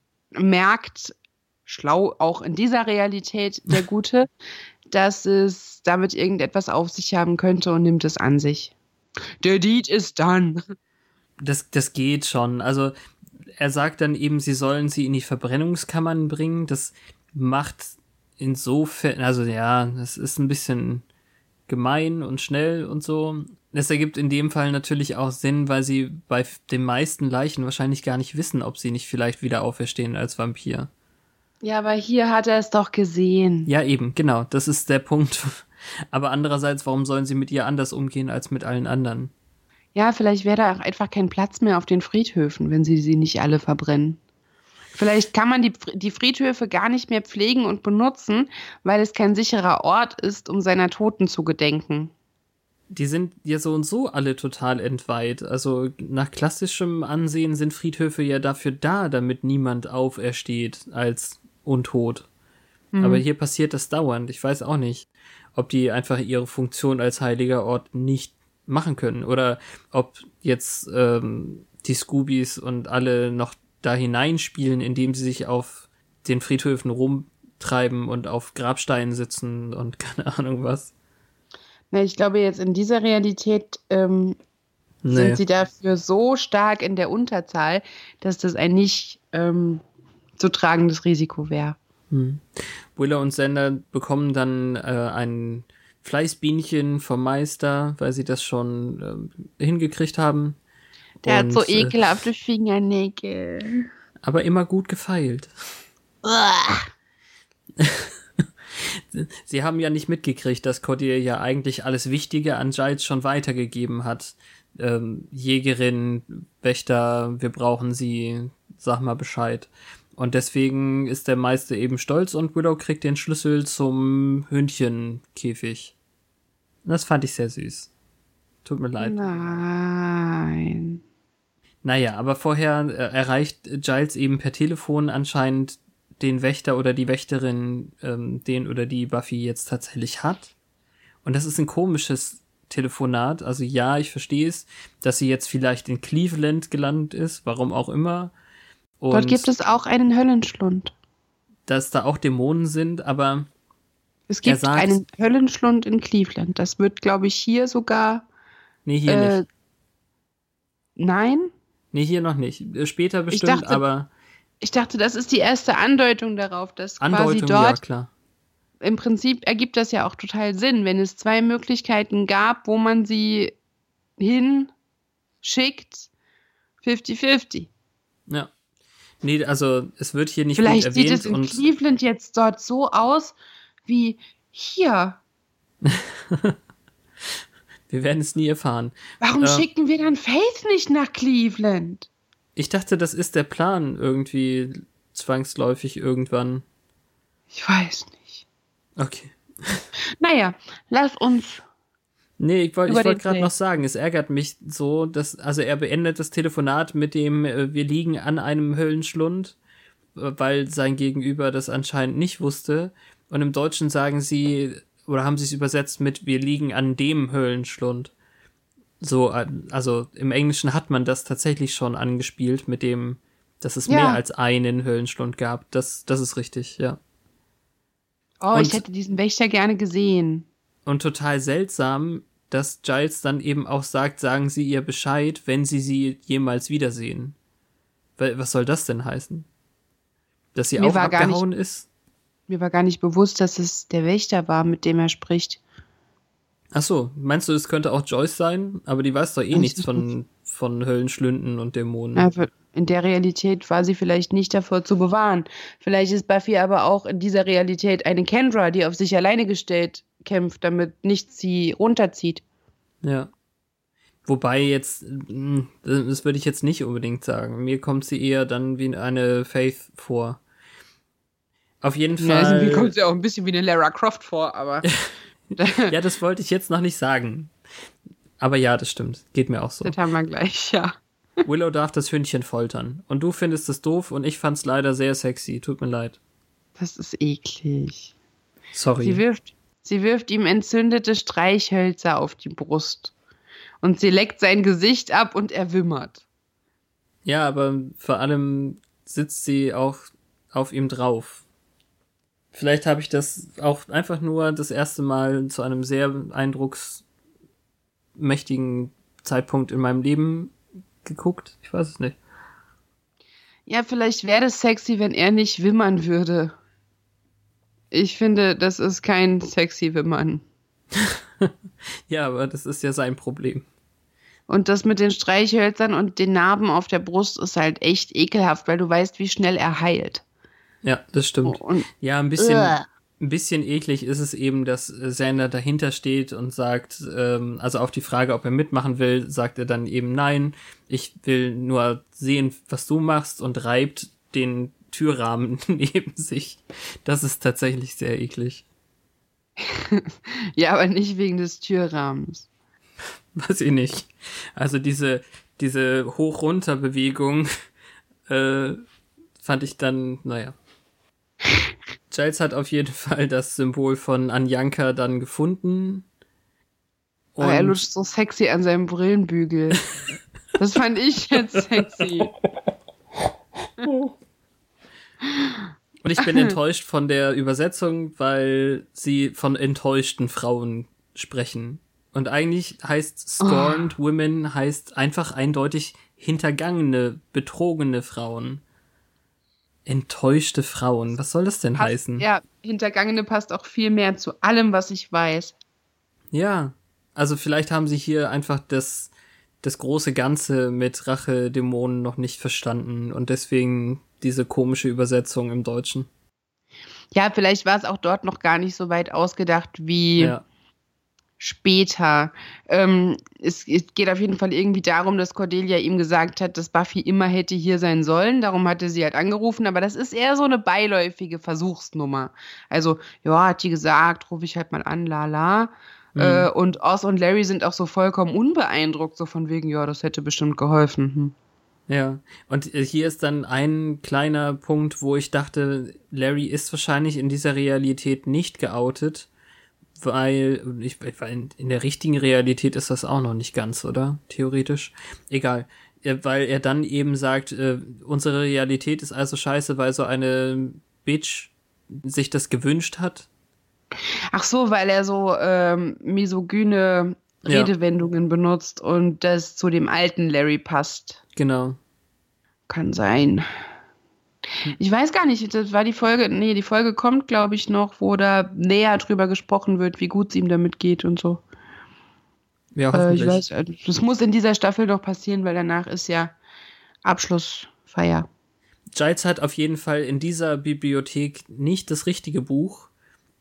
merkt, schlau auch in dieser Realität, der Gute, dass es damit irgendetwas auf sich haben könnte und nimmt es an sich. Der Deed ist done. Das, das geht schon. Also er sagt dann eben, sie sollen sie in die Verbrennungskammern bringen. Das macht insofern, also ja, das ist ein bisschen gemein und schnell und so. Das ergibt in dem Fall natürlich auch Sinn, weil sie bei den meisten Leichen wahrscheinlich gar nicht wissen, ob sie nicht vielleicht wieder auferstehen als Vampir. Ja, aber hier hat er es doch gesehen. Ja, eben, genau, das ist der Punkt. Aber andererseits, warum sollen sie mit ihr anders umgehen als mit allen anderen? Ja, vielleicht wäre da auch einfach kein Platz mehr auf den Friedhöfen, wenn sie sie nicht alle verbrennen. Vielleicht kann man die, die Friedhöfe gar nicht mehr pflegen und benutzen, weil es kein sicherer Ort ist, um seiner Toten zu gedenken. Die sind ja so und so alle total entweiht. Also nach klassischem Ansehen sind Friedhöfe ja dafür da, damit niemand aufersteht als untot. Mhm. Aber hier passiert das dauernd. Ich weiß auch nicht, ob die einfach ihre Funktion als heiliger Ort nicht machen können oder ob jetzt ähm, die Scoobies und alle noch da hineinspielen, indem sie sich auf den Friedhöfen rumtreiben und auf Grabsteinen sitzen und keine Ahnung was. Na, ich glaube, jetzt in dieser Realität ähm, nee. sind sie dafür so stark in der Unterzahl, dass das ein nicht ähm, zu tragendes Risiko wäre. Hm. Willow und Xander bekommen dann äh, ein Fleißbienchen vom Meister, weil sie das schon äh, hingekriegt haben. Der und, hat so ekelhafte äh, Fingernägel. Aber immer gut gefeilt. Sie haben ja nicht mitgekriegt, dass Cordelia ja eigentlich alles Wichtige an Giles schon weitergegeben hat. Ähm, Jägerin, Wächter, wir brauchen sie, sag mal Bescheid. Und deswegen ist der Meister eben stolz und Willow kriegt den Schlüssel zum Hündchenkäfig. Das fand ich sehr süß. Tut mir leid. Nein. Naja, aber vorher äh, erreicht Giles eben per Telefon anscheinend den Wächter oder die Wächterin, ähm, den oder die Buffy jetzt tatsächlich hat. Und das ist ein komisches Telefonat. Also ja, ich verstehe es, dass sie jetzt vielleicht in Cleveland gelandet ist, warum auch immer. Und dort gibt es auch einen Höllenschlund. Dass da auch Dämonen sind, aber es gibt sagt, einen Höllenschlund in Cleveland. Das wird, glaube ich, hier sogar... Nee, hier äh, nicht. Nein? Nee, hier noch nicht. Später bestimmt, ich dachte, aber... Ich dachte, das ist die erste Andeutung darauf, dass Andeutung, quasi dort... Ja, klar. Im Prinzip ergibt das ja auch total Sinn, wenn es zwei Möglichkeiten gab, wo man sie hinschickt, fifty fifty. Ja. Nee, also es wird hier nicht Vielleicht gut erwähnt. Vielleicht sieht es in und Cleveland jetzt dort so aus, wie hier. Wir werden es nie erfahren. Warum äh, schicken wir dann Faith nicht nach Cleveland? Ich dachte, das ist der Plan irgendwie zwangsläufig irgendwann. Ich weiß nicht. Okay. Naja, lass uns. Nee, ich wollte wollt gerade noch sagen, es ärgert mich so, dass, also er beendet das Telefonat mit dem, äh, wir liegen an einem Höllenschlund, äh, weil sein Gegenüber das anscheinend nicht wusste. Und im Deutschen sagen sie, oder haben sie es übersetzt mit, wir liegen an dem Höllenschlund. So, also im Englischen hat man das tatsächlich schon angespielt mit dem, dass es ja. mehr als einen Höllenschlund gab. Das, das ist richtig, ja. Oh, und, ich hätte diesen Wächter gerne gesehen. Und total seltsam, dass Giles dann eben auch sagt, sagen Sie ihr Bescheid, wenn Sie sie jemals wiedersehen. Was soll das denn heißen? Dass sie mir auch abgehauen nicht, ist? Mir war gar nicht bewusst, dass es der Wächter war, mit dem er spricht. Ach so, meinst du, es könnte auch Joyce sein? Aber die weiß doch eh nichts von, von Höllenschlünden und Dämonen. Ja, in der Realität war sie vielleicht nicht davor zu bewahren. Vielleicht ist Buffy aber auch in dieser Realität eine Kendra, die auf sich alleine gestellt kämpft, damit nichts sie runterzieht. Ja. Wobei jetzt, das würde ich jetzt nicht unbedingt sagen. Mir kommt sie eher dann wie eine Faith vor. Auf jeden Fall. Ja, mir kommt sie auch ein bisschen wie eine Lara Croft vor, aber... Ja, das wollte ich jetzt noch nicht sagen. Aber ja, das stimmt. Geht mir auch so. Das haben wir gleich, ja. Willow darf das Hündchen foltern. Und du findest es doof und ich fand's leider sehr sexy. Tut mir leid. Das ist eklig. Sorry. Sie wirft, sie wirft ihm entzündete Streichhölzer auf die Brust. Und sie leckt sein Gesicht ab und er wimmert. Ja, aber vor allem sitzt sie auch auf ihm drauf. Vielleicht habe ich das auch einfach nur das erste Mal zu einem sehr eindrucksmächtigen Zeitpunkt in meinem Leben geguckt. Ich weiß es nicht. Ja, vielleicht wäre das sexy, wenn er nicht wimmern würde. Ich finde, das ist kein sexy Wimmern. Ja, aber das ist ja sein Problem. Und das mit den Streichhölzern und den Narben auf der Brust ist halt echt ekelhaft, weil du weißt, wie schnell er heilt. Ja, das stimmt. Und, ja, ein bisschen, uh. ein bisschen eklig ist es eben, dass Xander dahinter steht und sagt, ähm, also auf die Frage, ob er mitmachen will, sagt er dann eben nein, ich will nur sehen, was du machst und reibt den Türrahmen neben sich. Das ist tatsächlich sehr eklig. Ja, aber nicht wegen des Türrahmens. Weiß ich nicht. Also diese, diese Hoch-Runter-Bewegung äh, fand ich dann, naja. Giles hat auf jeden Fall das Symbol von Anjanka dann gefunden. Und oh, er lutscht so sexy an seinem Brillenbügel. Das fand ich jetzt sexy. Und ich bin enttäuscht von der Übersetzung, weil sie von enttäuschten Frauen sprechen. Und eigentlich heißt Scorned oh. Women heißt einfach eindeutig hintergangene, betrogene Frauen. Enttäuschte Frauen. Was soll das denn passt, heißen? Ja, Hintergangene passt auch viel mehr zu allem, was ich weiß. Ja, also vielleicht haben sie hier einfach das, das große Ganze mit Rache-Dämonen noch nicht verstanden und deswegen diese komische Übersetzung im Deutschen. Ja, vielleicht war es auch dort noch gar nicht so weit ausgedacht wie ja. später. Ähm, es, es geht auf jeden Fall irgendwie darum, dass Cordelia ihm gesagt hat, dass Buffy immer hätte hier sein sollen. Darum hatte sie halt angerufen. Aber das ist eher so eine beiläufige Versuchsnummer. Also, ja, hat die gesagt, rufe ich halt mal an, lala. Mhm. Äh, und Oz und Larry sind auch so vollkommen unbeeindruckt, so von wegen, ja, das hätte bestimmt geholfen. Hm. Ja, und hier ist dann ein kleiner Punkt, wo ich dachte, Larry ist wahrscheinlich in dieser Realität nicht geoutet, weil, ich, weil in der richtigen Realität ist das auch noch nicht ganz, oder? Theoretisch. Egal. Weil er dann eben sagt, äh, unsere Realität ist also scheiße, weil so eine Bitch sich das gewünscht hat. Ach so, weil er so ähm, misogyne Redewendungen ja. benutzt und das zu dem alten Larry passt. Genau. Kann sein. Ich weiß gar nicht, das war die Folge, nee, die Folge kommt, glaube ich, noch, wo da näher drüber gesprochen wird, wie gut es ihm damit geht und so. Ja, hoffentlich. Äh, ich weiß, das muss in dieser Staffel noch passieren, weil danach ist ja Abschlussfeier. Giles hat auf jeden Fall in dieser Bibliothek nicht das richtige Buch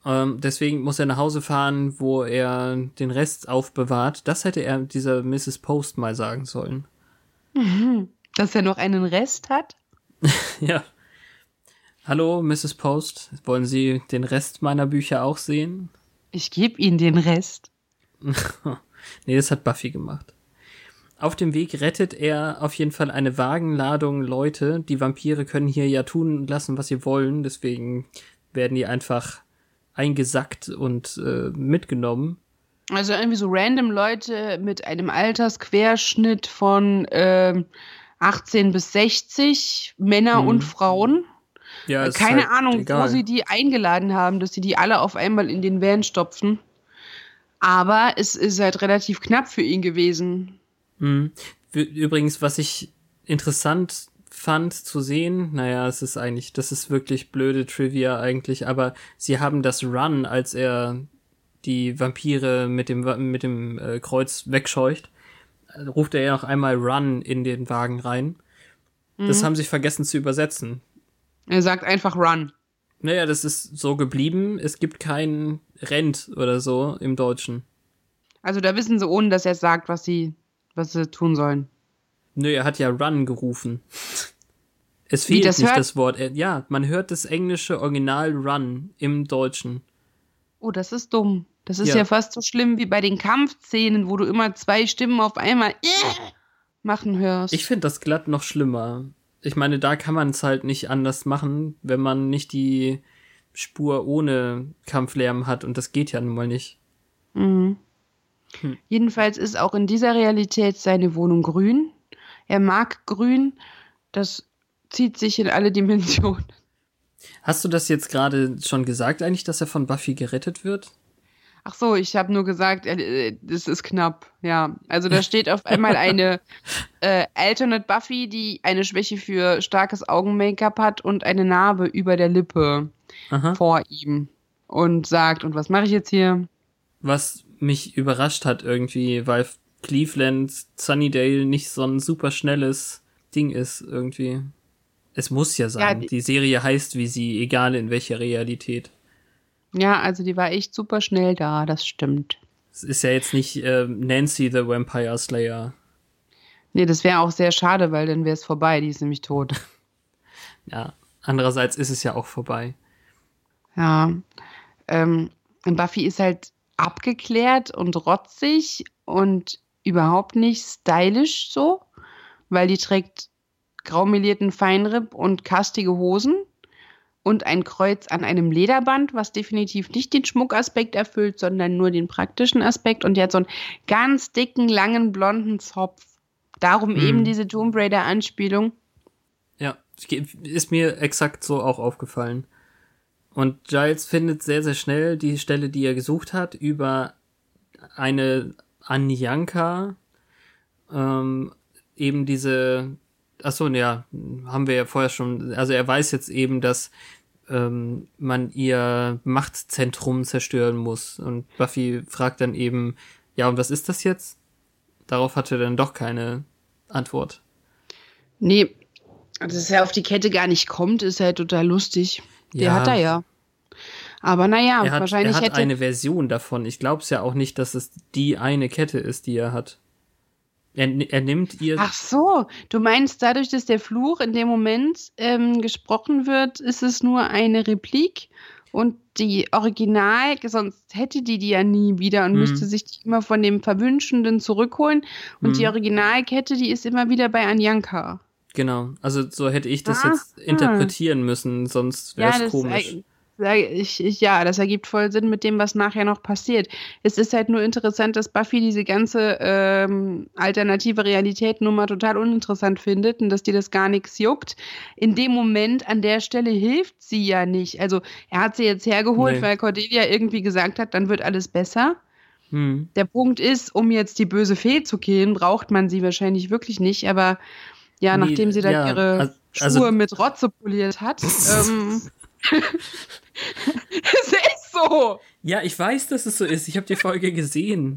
Ähm, deswegen muss er nach Hause fahren, wo er den Rest aufbewahrt. Das hätte er dieser Misses Post mal sagen sollen. Mhm. Dass er noch einen Rest hat? Ja. Hallo, Misses Post. Wollen Sie den Rest meiner Bücher auch sehen? Ich gebe Ihnen den Rest. Nee, das hat Buffy gemacht. Auf dem Weg rettet er auf jeden Fall eine Wagenladung Leute. Die Vampire können hier ja tun lassen, was sie wollen. Deswegen werden die einfach eingesackt und äh, mitgenommen. Also irgendwie so random Leute mit einem Altersquerschnitt von äh, achtzehn bis sechzig, Männer hm. und Frauen. Ja, ist Keine halt Ahnung, egal. wo sie die eingeladen haben, dass sie die alle auf einmal in den Van stopfen. Aber es ist halt relativ knapp für ihn gewesen. Hm. Übrigens, was ich interessant fand zu sehen, naja, es ist eigentlich, das ist wirklich blöde Trivia eigentlich, aber sie haben das Run, als er die Vampire mit dem, mit dem äh, Kreuz wegscheucht, ruft er ja noch einmal Run in den Wagen rein. Mhm. Das haben sie vergessen zu übersetzen. Er sagt einfach Run. Naja, das ist so geblieben. Es gibt kein Rennt oder so im Deutschen. Also da wissen sie, ohne dass er sagt, was sie, was sie tun sollen. Nö, er hat ja Run gerufen. Es fehlt das nicht hört? das Wort. Ja, man hört das englische Original Run im Deutschen. Oh, das ist dumm. Das ist Ja. ja fast so schlimm wie bei den Kampfszenen, wo du immer zwei Stimmen auf einmal machen hörst. Ich finde das glatt noch schlimmer. Ich meine, da kann man es halt nicht anders machen, wenn man nicht die Spur ohne Kampflärm hat. Und das geht ja nun mal nicht. Mhm. Hm. Jedenfalls ist auch in dieser Realität seine Wohnung grün. Er mag grün. Das zieht sich in alle Dimensionen. Hast du das jetzt gerade schon gesagt eigentlich, dass er von Buffy gerettet wird? Ach so, ich habe nur gesagt, äh, das ist knapp. Ja, also da steht auf einmal eine äh, Alternate Buffy, die eine Schwäche für starkes Augen-Make-up hat und eine Narbe über der Lippe Aha. vor ihm und sagt, und was mache ich jetzt hier? Was mich überrascht hat irgendwie, weil Cleveland, Sunnydale nicht so ein super schnelles Ding ist irgendwie. Es muss ja sein. Ja, die, die Serie heißt wie sie, egal in welcher Realität. Ja, also die war echt super schnell da, das stimmt. Es ist ja jetzt nicht äh, Nancy the Vampire Slayer. Nee, das wäre auch sehr schade, weil dann wäre es vorbei, die ist nämlich tot. Ja, andererseits ist es ja auch vorbei. Ja, ähm, Buffy ist halt abgeklärt und rotzig und überhaupt nicht stylisch so, weil die trägt graumelierten Feinripp und kastige Hosen und ein Kreuz an einem Lederband, was definitiv nicht den Schmuckaspekt erfüllt, sondern nur den praktischen Aspekt. Und die hat so einen ganz dicken, langen, blonden Zopf. Darum mhm. eben diese Tomb Raider-Anspielung. Ja, ist mir exakt so auch aufgefallen. Und Giles findet sehr, sehr schnell die Stelle, die er gesucht hat, über eine Anjanka, ähm, eben diese... Achso, ja, haben wir ja vorher schon, also er weiß jetzt eben, dass ähm, man ihr Machtzentrum zerstören muss. Und Buffy fragt dann eben, ja, und was ist das jetzt? Darauf hatte er dann doch keine Antwort. Nee, dass er auf die Kette gar nicht kommt, ist halt total lustig. Der ja, hat er ja. Aber naja, er hat, wahrscheinlich er hat hätte... eine Version davon. Ich glaube es ja auch nicht, dass es die eine Kette ist, die er hat. Er, er nimmt ihr... Ach so, du meinst, dadurch, dass der Fluch in dem Moment ähm, gesprochen wird, ist es nur eine Replik und die Original, sonst hätte die die ja nie wieder und mhm. müsste sich die immer von dem Verwünschenden zurückholen und mhm. die Originalkette, die ist immer wieder bei Anjanka. Genau, also so hätte ich das ah, jetzt interpretieren ah. müssen, sonst wäre es ja, komisch. Äh, Ich, ich, ja, das ergibt voll Sinn mit dem, was nachher noch passiert. Es ist halt nur interessant, dass Buffy diese ganze ähm, alternative Realität-Nummer total uninteressant findet und dass die das gar nichts juckt. In dem Moment, an der Stelle hilft sie ja nicht. Also er hat sie jetzt hergeholt, nee. weil Cordelia irgendwie gesagt hat, dann wird alles besser. Hm. Der Punkt ist, um jetzt die böse Fee zu killen, braucht man sie wahrscheinlich wirklich nicht, aber ja, nee, nachdem sie dann ja, ihre also, Schuhe mit Rotze poliert hat, ähm, es ist so. Ja, ich weiß, dass es so ist. Ich habe die Folge gesehen.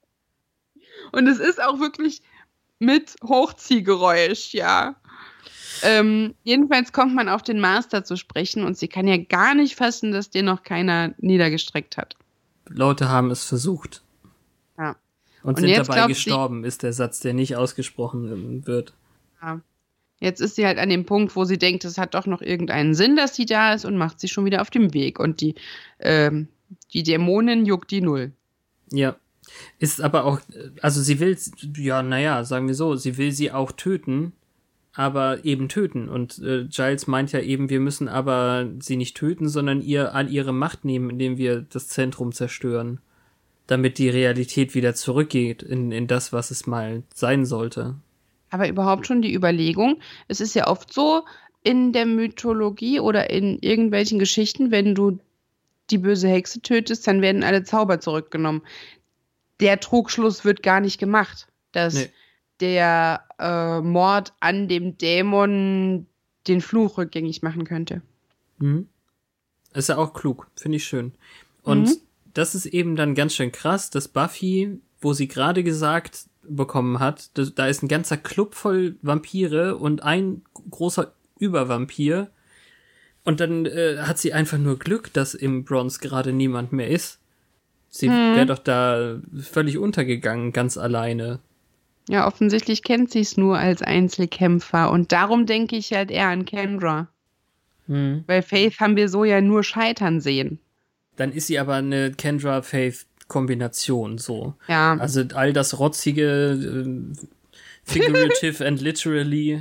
Und es ist auch wirklich mit Hochziehgeräusch, ja. ähm, jedenfalls kommt man auf den Master zu sprechen und sie kann ja gar nicht fassen, dass dir noch keiner niedergestreckt hat. Leute haben es versucht. Ja. Und, und sind dabei gestorben, sie, ist der Satz, der nicht ausgesprochen wird. Ja. Jetzt ist sie halt an dem Punkt, wo sie denkt, es hat doch noch irgendeinen Sinn, dass sie da ist und macht sie schon wieder auf dem Weg. Und die, ähm, die Dämonin juckt die Null. Ja. Ist aber auch, also sie will, ja, naja, sagen wir so, sie will sie auch töten, aber eben töten. Und äh, Giles meint ja eben, wir müssen aber sie nicht töten, sondern ihr all ihre Macht nehmen, indem wir das Zentrum zerstören. Damit die Realität wieder zurückgeht in, in das, was es mal sein sollte. Aber überhaupt schon die Überlegung, es ist ja oft so in der Mythologie oder in irgendwelchen Geschichten, wenn du die böse Hexe tötest, dann werden alle Zauber zurückgenommen. Der Trugschluss wird gar nicht gemacht, dass nee. der äh, Mord an dem Dämon den Fluch rückgängig machen könnte. Mhm. Ist ja auch klug, finde ich schön. Und mhm. das ist eben dann ganz schön krass, dass Buffy, wo sie gerade gesagt bekommen hat, da, da ist ein ganzer Club voll Vampire und ein großer Übervampir und dann äh, hat sie einfach nur Glück, dass im Bronze gerade niemand mehr ist. Sie hm. wäre doch da völlig untergegangen, ganz alleine. Ja, offensichtlich kennt sie es nur als Einzelkämpfer und darum denke ich halt eher an Kendra. Hm. Weil Faith haben wir so ja nur scheitern sehen. Dann ist sie aber eine Kendra-Faith-Kombination so. Ja. Also all das rotzige, äh, figurative and literally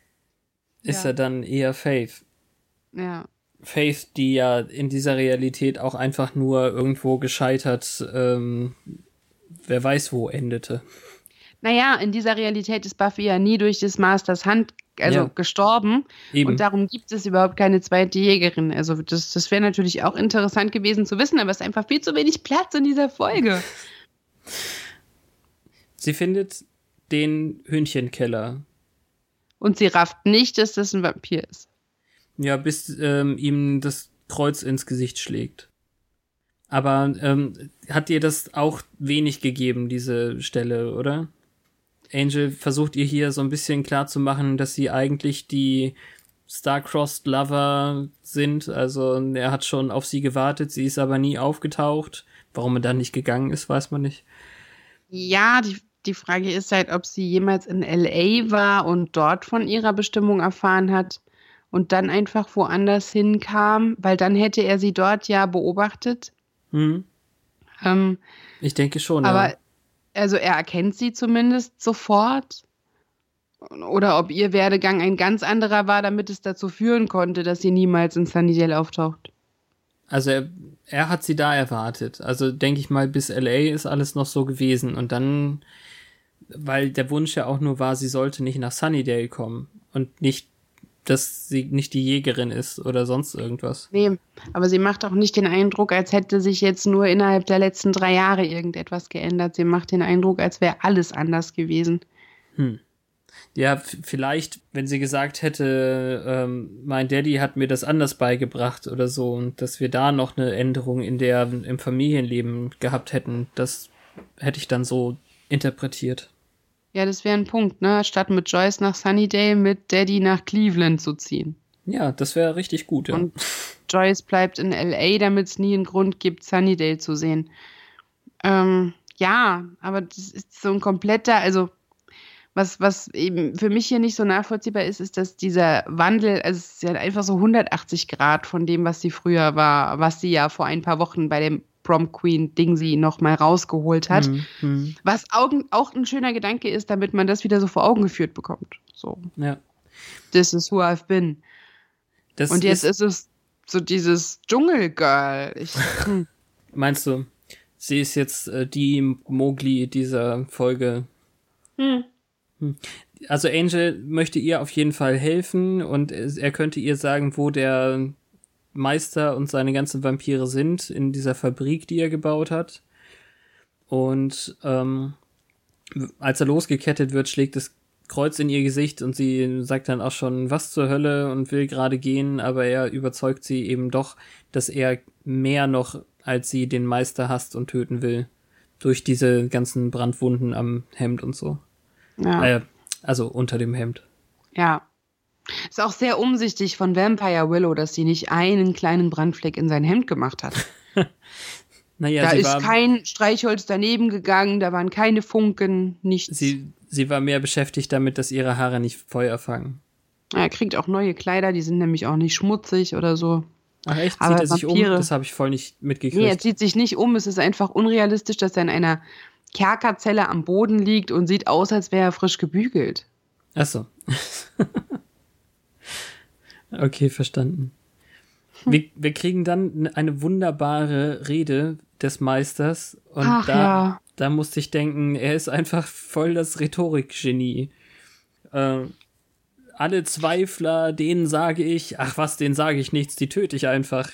ist ja. ja dann eher Faith. Ja. Faith, die ja in dieser Realität auch einfach nur irgendwo gescheitert, ähm, wer weiß wo endete. Naja, in dieser Realität ist Buffy ja nie durch des Masters Hand also ja. gestorben. Eben. Und darum gibt es überhaupt keine zweite Jägerin. Also das, das wäre natürlich auch interessant gewesen zu wissen, aber es ist einfach viel zu wenig Platz in dieser Folge. Sie findet den Hühnchenkeller. Und sie rafft nicht, dass das ein Vampir ist. Ja, bis ähm, ihm das Kreuz ins Gesicht schlägt. Aber ähm, hat dir das auch wenig gegeben, diese Stelle, oder? Angel versucht ihr hier so ein bisschen klarzumachen, dass sie eigentlich die Star-Crossed Lover sind. Also er hat schon auf sie gewartet, sie ist aber nie aufgetaucht. Warum er dann nicht gegangen ist, weiß man nicht. Ja, die, die Frage ist halt, ob sie jemals in L A war und dort von ihrer Bestimmung erfahren hat und dann einfach woanders hinkam, weil dann hätte er sie dort ja beobachtet. Hm. Ähm, ich denke schon, aber ja. Also er erkennt sie zumindest sofort. Oder ob ihr Werdegang ein ganz anderer war, damit es dazu führen konnte, dass sie niemals in Sunnydale auftaucht. Also er, er hat sie da erwartet. Also denke ich mal, bis L A ist alles noch so gewesen. Und dann, weil der Wunsch ja auch nur war, sie sollte nicht nach Sunnydale kommen. Und nicht, dass sie nicht die Jägerin ist oder sonst irgendwas. Nee, aber sie macht auch nicht den Eindruck, als hätte sich jetzt nur innerhalb der letzten drei Jahre irgendetwas geändert. Sie macht den Eindruck, als wäre alles anders gewesen. Hm. Ja, f- vielleicht, wenn sie gesagt hätte, ähm, mein Daddy hat mir das anders beigebracht oder so und dass wir da noch eine Änderung in der, im Familienleben gehabt hätten, das hätte ich dann so interpretiert. Ja, das wäre ein Punkt, ne? Statt mit Joyce nach Sunnydale, mit Daddy nach Cleveland zu ziehen. Ja, das wäre richtig gut, ja. Und Joyce bleibt in L A, damit es nie einen Grund gibt, Sunnydale zu sehen. Ähm, ja, aber das ist so ein kompletter, also was, was eben für mich hier nicht so nachvollziehbar ist, ist, dass dieser Wandel, also es ist ja einfach so hundertachtzig Grad von dem, was sie früher war, was sie ja vor ein paar Wochen bei dem Prom Queen Dingsy noch mal rausgeholt hat. Mhm. Was Augen, auch ein schöner Gedanke ist, damit man das wieder so vor Augen geführt bekommt. So. Ja. This is who I've been. Das Und jetzt ist, ist es so dieses Dschungelgirl. Ich, hm. Meinst du, sie ist jetzt äh, die Mowgli dieser Folge? Hm. Hm. Also Angel möchte ihr auf jeden Fall helfen und er könnte ihr sagen, wo der Meister und seine ganzen Vampire sind in dieser Fabrik, die er gebaut hat. Und ähm, als er losgekettet wird, schlägt das Kreuz in ihr Gesicht und sie sagt dann auch schon, was zur Hölle, und will gerade gehen, aber er überzeugt sie eben doch, dass er mehr noch als sie den Meister hasst und töten will. Durch diese ganzen Brandwunden am Hemd und so. Ja. Äh, also unter dem Hemd. Ja. Ist auch sehr umsichtig von Vampire Willow, dass sie nicht einen kleinen Brandfleck in sein Hemd gemacht hat. naja, da sie ist war, kein Streichholz daneben gegangen, da waren keine Funken, nichts. Sie, sie war mehr beschäftigt damit, dass ihre Haare nicht Feuer fangen. Er kriegt auch neue Kleider, die sind nämlich auch nicht schmutzig oder so. Ach echt? Aber zieht er sich Vampire, um? Das habe ich voll nicht mitgekriegt. Nee, er zieht sich nicht um. Es ist einfach unrealistisch, dass er in einer Kerkerzelle am Boden liegt und sieht aus, als wäre er frisch gebügelt. Ach so. Okay, verstanden. Wir, wir kriegen dann eine wunderbare Rede des Meisters. Und Ach, da, ja. da musste ich denken, er ist einfach voll das Rhetorikgenie. Äh, alle Zweifler, denen sage ich, ach was, denen sage ich nichts, die töte ich einfach.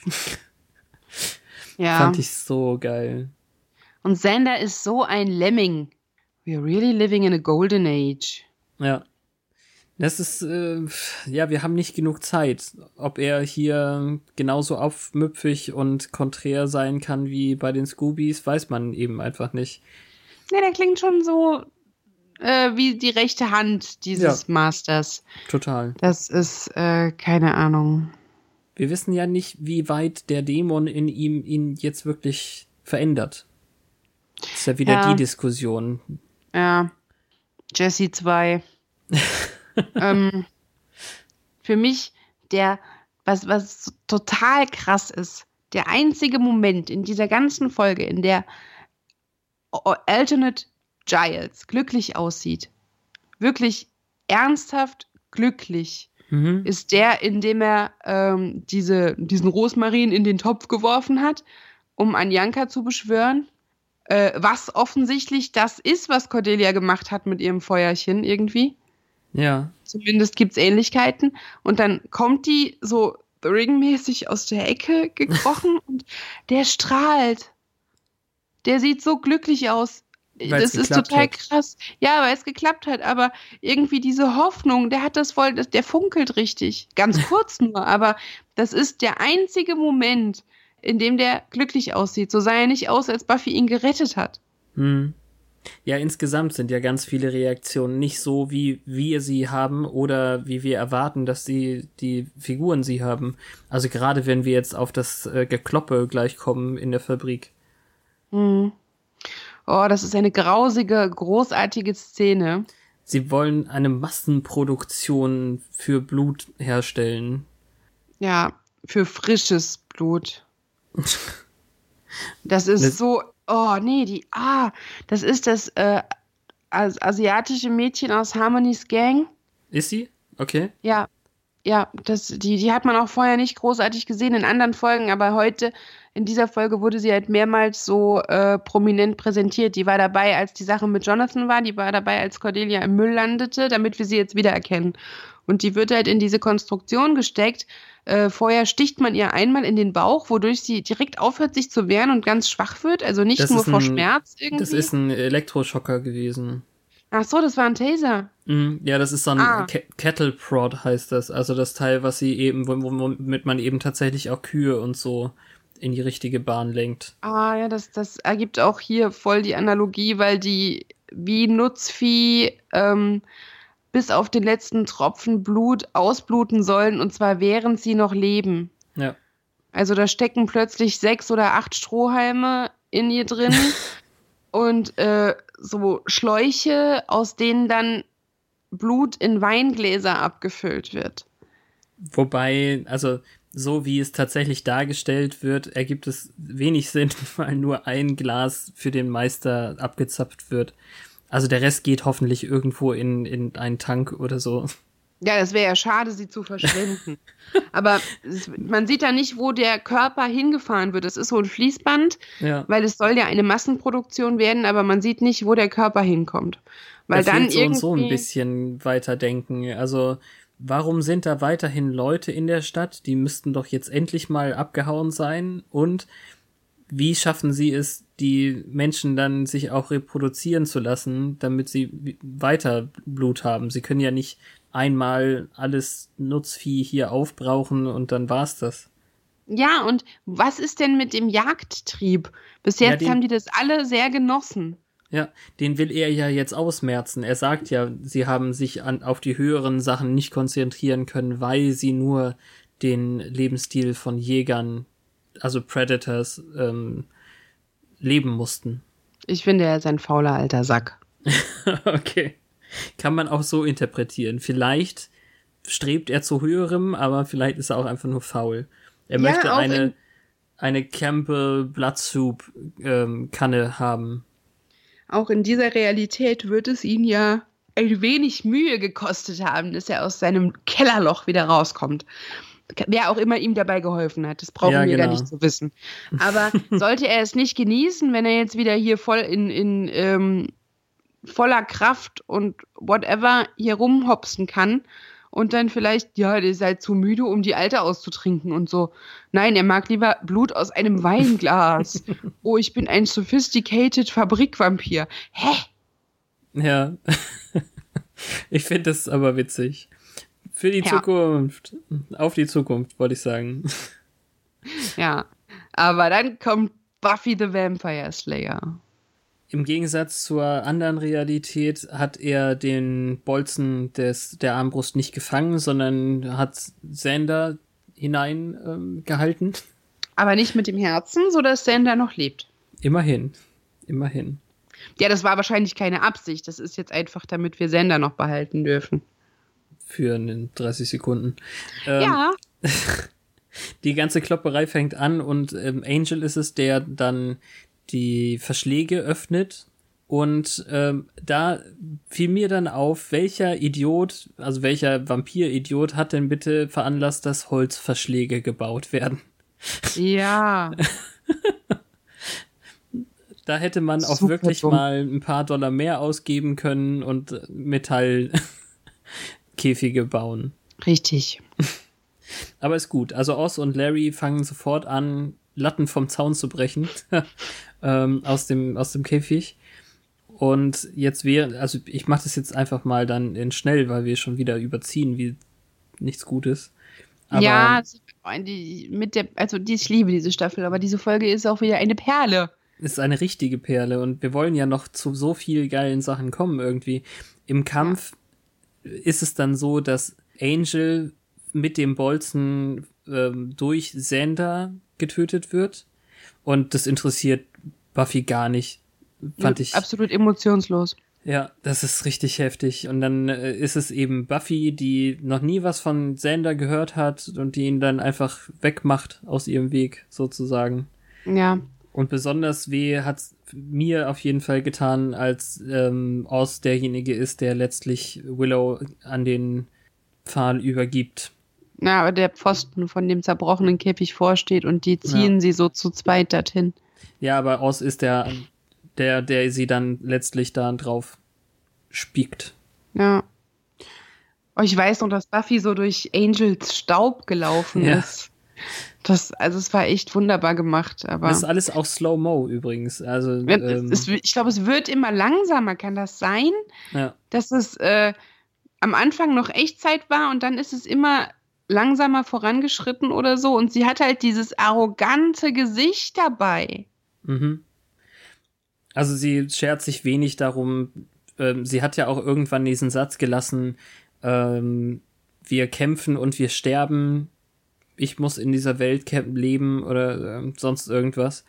Ja. Fand ich so geil. Und Xander ist so ein Lemming. We're really living in a golden age. Ja. Das ist, äh, ja, wir haben nicht genug Zeit. Ob er hier genauso aufmüpfig und konträr sein kann wie bei den Scoobies, weiß man eben einfach nicht. Ja, der klingt schon so äh, wie die rechte Hand dieses Ja. Masters. Total. Das ist, äh, keine Ahnung. Wir wissen ja nicht, wie weit der Dämon in ihm ihn jetzt wirklich verändert. Das ist ja wieder Ja. die Diskussion. Ja. Jesse zwei. ähm, für mich der, was, was total krass ist, der einzige Moment in dieser ganzen Folge, in der Alternate Giles glücklich aussieht, wirklich ernsthaft glücklich, Mhm. ist der, in dem er ähm, diese, diesen Rosmarin in den Topf geworfen hat, um Anjanka zu beschwören. Äh, was offensichtlich das ist, was Cordelia gemacht hat mit ihrem Feuerchen irgendwie. Ja. Zumindest gibt's Ähnlichkeiten. Und dann kommt die so The Ring-mäßig aus der Ecke gekrochen und der strahlt. Der sieht so glücklich aus. Weil's Das ist geklappt total hat. krass. Ja, weil es geklappt hat, aber irgendwie diese Hoffnung, der hat das voll, das- der funkelt richtig. Ganz kurz nur, aber das ist der einzige Moment, in dem der glücklich aussieht. So sah er nicht aus, als Buffy ihn gerettet hat. Hm. Ja, insgesamt sind ja ganz viele Reaktionen nicht so, wie wir sie haben oder wie wir erwarten, dass die, die Figuren sie haben. Also gerade wenn wir jetzt auf das äh, Gekloppe gleich kommen in der Fabrik. Hm. Oh, das ist eine grausige, großartige Szene. Sie wollen eine Massenproduktion für Blut herstellen. Ja, für frisches Blut. Das ist Das- so, oh nee, die, ah, das ist das äh, as asiatische Mädchen aus Harmony's Gang. Ist sie? Okay. Ja, ja, das, die, die hat man auch vorher nicht großartig gesehen in anderen Folgen, aber heute, in dieser Folge wurde sie halt mehrmals so äh, prominent präsentiert. Die war dabei, als die Sache mit Jonathan war, die war dabei, als Cordelia im Müll landete, damit wir sie jetzt wiedererkennen. Und die wird halt in diese Konstruktion gesteckt. Äh, vorher sticht man ihr einmal in den Bauch, wodurch sie direkt aufhört, sich zu wehren und ganz schwach wird. Also nicht Das nur ist vor ein- Schmerz irgendwie. Das ist ein Elektroschocker gewesen. Ach so, das war ein Taser. Mhm, ja, das ist so ein Ah. Ke- Kettle Prod heißt das. Also das Teil, was sie eben, womit man eben tatsächlich auch Kühe und so in die richtige Bahn lenkt. Ah ja, das, das ergibt auch hier voll die Analogie, weil die wie Nutzvieh ähm, bis auf den letzten Tropfen Blut ausbluten sollen, und zwar während sie noch leben. Ja. Also da stecken plötzlich sechs oder acht Strohhalme in ihr drin und äh, so Schläuche, aus denen dann Blut in Weingläser abgefüllt wird. Wobei, also so wie es tatsächlich dargestellt wird, ergibt es wenig Sinn, weil nur ein Glas für den Meister abgezapft wird. Also der Rest geht hoffentlich irgendwo in, in einen Tank oder so. Ja, das wäre ja schade, sie zu verschwenden. Aber es, man sieht da nicht, wo der Körper hingefahren wird. Es ist so ein Fließband, Ja. weil es soll ja eine Massenproduktion werden, aber man sieht nicht, wo der Körper hinkommt. Weil da dann fehlt so und irgendwie so ein bisschen weiterdenken. Also warum sind da weiterhin Leute in der Stadt? Die müssten doch jetzt endlich mal abgehauen sein. Und wie schaffen sie es, die Menschen dann sich auch reproduzieren zu lassen, damit sie weiter Blut haben? Sie können ja nicht einmal alles Nutzvieh hier aufbrauchen und dann war's das. Ja, und was ist denn mit dem Jagdtrieb? Bis jetzt Ja, den- haben die das alle sehr genossen. Ja, den will er ja jetzt ausmerzen. Er sagt ja, sie haben sich an, auf die höheren Sachen nicht konzentrieren können, weil sie nur den Lebensstil von Jägern, also Predators, ähm, leben mussten. Ich finde, er ist ein fauler alter Sack. Okay. Kann man auch so interpretieren. Vielleicht strebt er zu höherem, aber vielleicht ist er auch einfach nur faul. Er ja, möchte eine, eine Campbell Blood Soup ähm, Kanne haben. Auch in dieser Realität wird es ihn ja ein wenig Mühe gekostet haben, dass er aus seinem Kellerloch wieder rauskommt. Wer auch immer ihm dabei geholfen hat, das brauchen ja, wir genau. gar nicht zu wissen. Aber sollte er es nicht genießen, wenn er jetzt wieder hier voll in, in ähm, voller Kraft und whatever hier rumhopsen kann und dann vielleicht, ja, der ist halt zu müde, um die Alte auszutrinken und so. Nein, er mag lieber Blut aus einem Weinglas. Oh, ich bin ein sophisticated Fabrikvampir. Hä? Ja. Ich finde das aber witzig. Für die ja. Zukunft. Auf die Zukunft, wollte ich sagen. Ja, aber dann kommt Buffy the Vampire Slayer. Im Gegensatz zur anderen Realität hat er den Bolzen des, der Armbrust nicht gefangen, sondern hat Xander hinein ähm, gehalten. Aber nicht mit dem Herzen, sodass Xander noch lebt. Immerhin. Immerhin. Ja, das war wahrscheinlich keine Absicht. Das ist jetzt einfach, damit wir Xander noch behalten dürfen. Für einen dreißig Sekunden. Ähm, ja. Die ganze Klopperei fängt an und ähm, Angel ist es, der dann die Verschläge öffnet und ähm, da fiel mir dann auf, welcher Idiot, also welcher Vampir-Idiot hat denn bitte veranlasst, dass Holzverschläge gebaut werden? Ja. Da hätte man auch Super wirklich dumm. mal ein paar Dollar mehr ausgeben können und Metallkäfige bauen. Richtig. Aber ist gut. Also Oz und Larry fangen sofort an, Latten vom Zaun zu brechen ähm, aus dem aus dem Käfig. Und jetzt wäre, also ich mache das jetzt einfach mal dann in schnell, weil wir schon wieder überziehen, wie nichts Gutes. Aber ja, die, mit der, also die, ich liebe diese Staffel, aber diese Folge ist auch wieder eine Perle. Ist eine richtige Perle und wir wollen ja noch zu so viel geilen Sachen kommen irgendwie. Im Kampf ja. ist es dann so, dass Angel mit dem Bolzen ähm, durch Xander getötet wird und das interessiert Buffy gar nicht, fand ich. Absolut emotionslos. Ja, das ist richtig heftig und dann äh, ist es eben Buffy, die noch nie was von Xander gehört hat und die ihn dann einfach wegmacht aus ihrem Weg sozusagen. Ja. Und besonders weh hat's mir auf jeden Fall getan, als ähm, Oz derjenige ist, der letztlich Willow an den Pfahl übergibt. Ja, aber der Pfosten von dem zerbrochenen Käfig vorsteht und die ziehen ja. sie so zu zweit dorthin. Ja, aber Oz ist der, der, der sie dann letztlich da drauf spiegt. Ja. Oh, ich weiß noch, dass Buffy so durch Angels Staub gelaufen ja. ist. Das, also es war echt wunderbar gemacht. Aber das ist alles auch Slow-Mo übrigens. Also, Wenn, ähm, es, ich glaube, es wird immer langsamer. Kann das sein? Ja. Dass es äh, am Anfang noch Echtzeit war und dann ist es immer langsamer vorangeschritten oder so. Und sie hat halt dieses arrogante Gesicht dabei. Mhm. Also sie schert sich wenig darum. Ähm, sie hat ja auch irgendwann diesen Satz gelassen, ähm, wir kämpfen und wir sterben. Ich muss in dieser Welt leben oder äh, sonst irgendwas.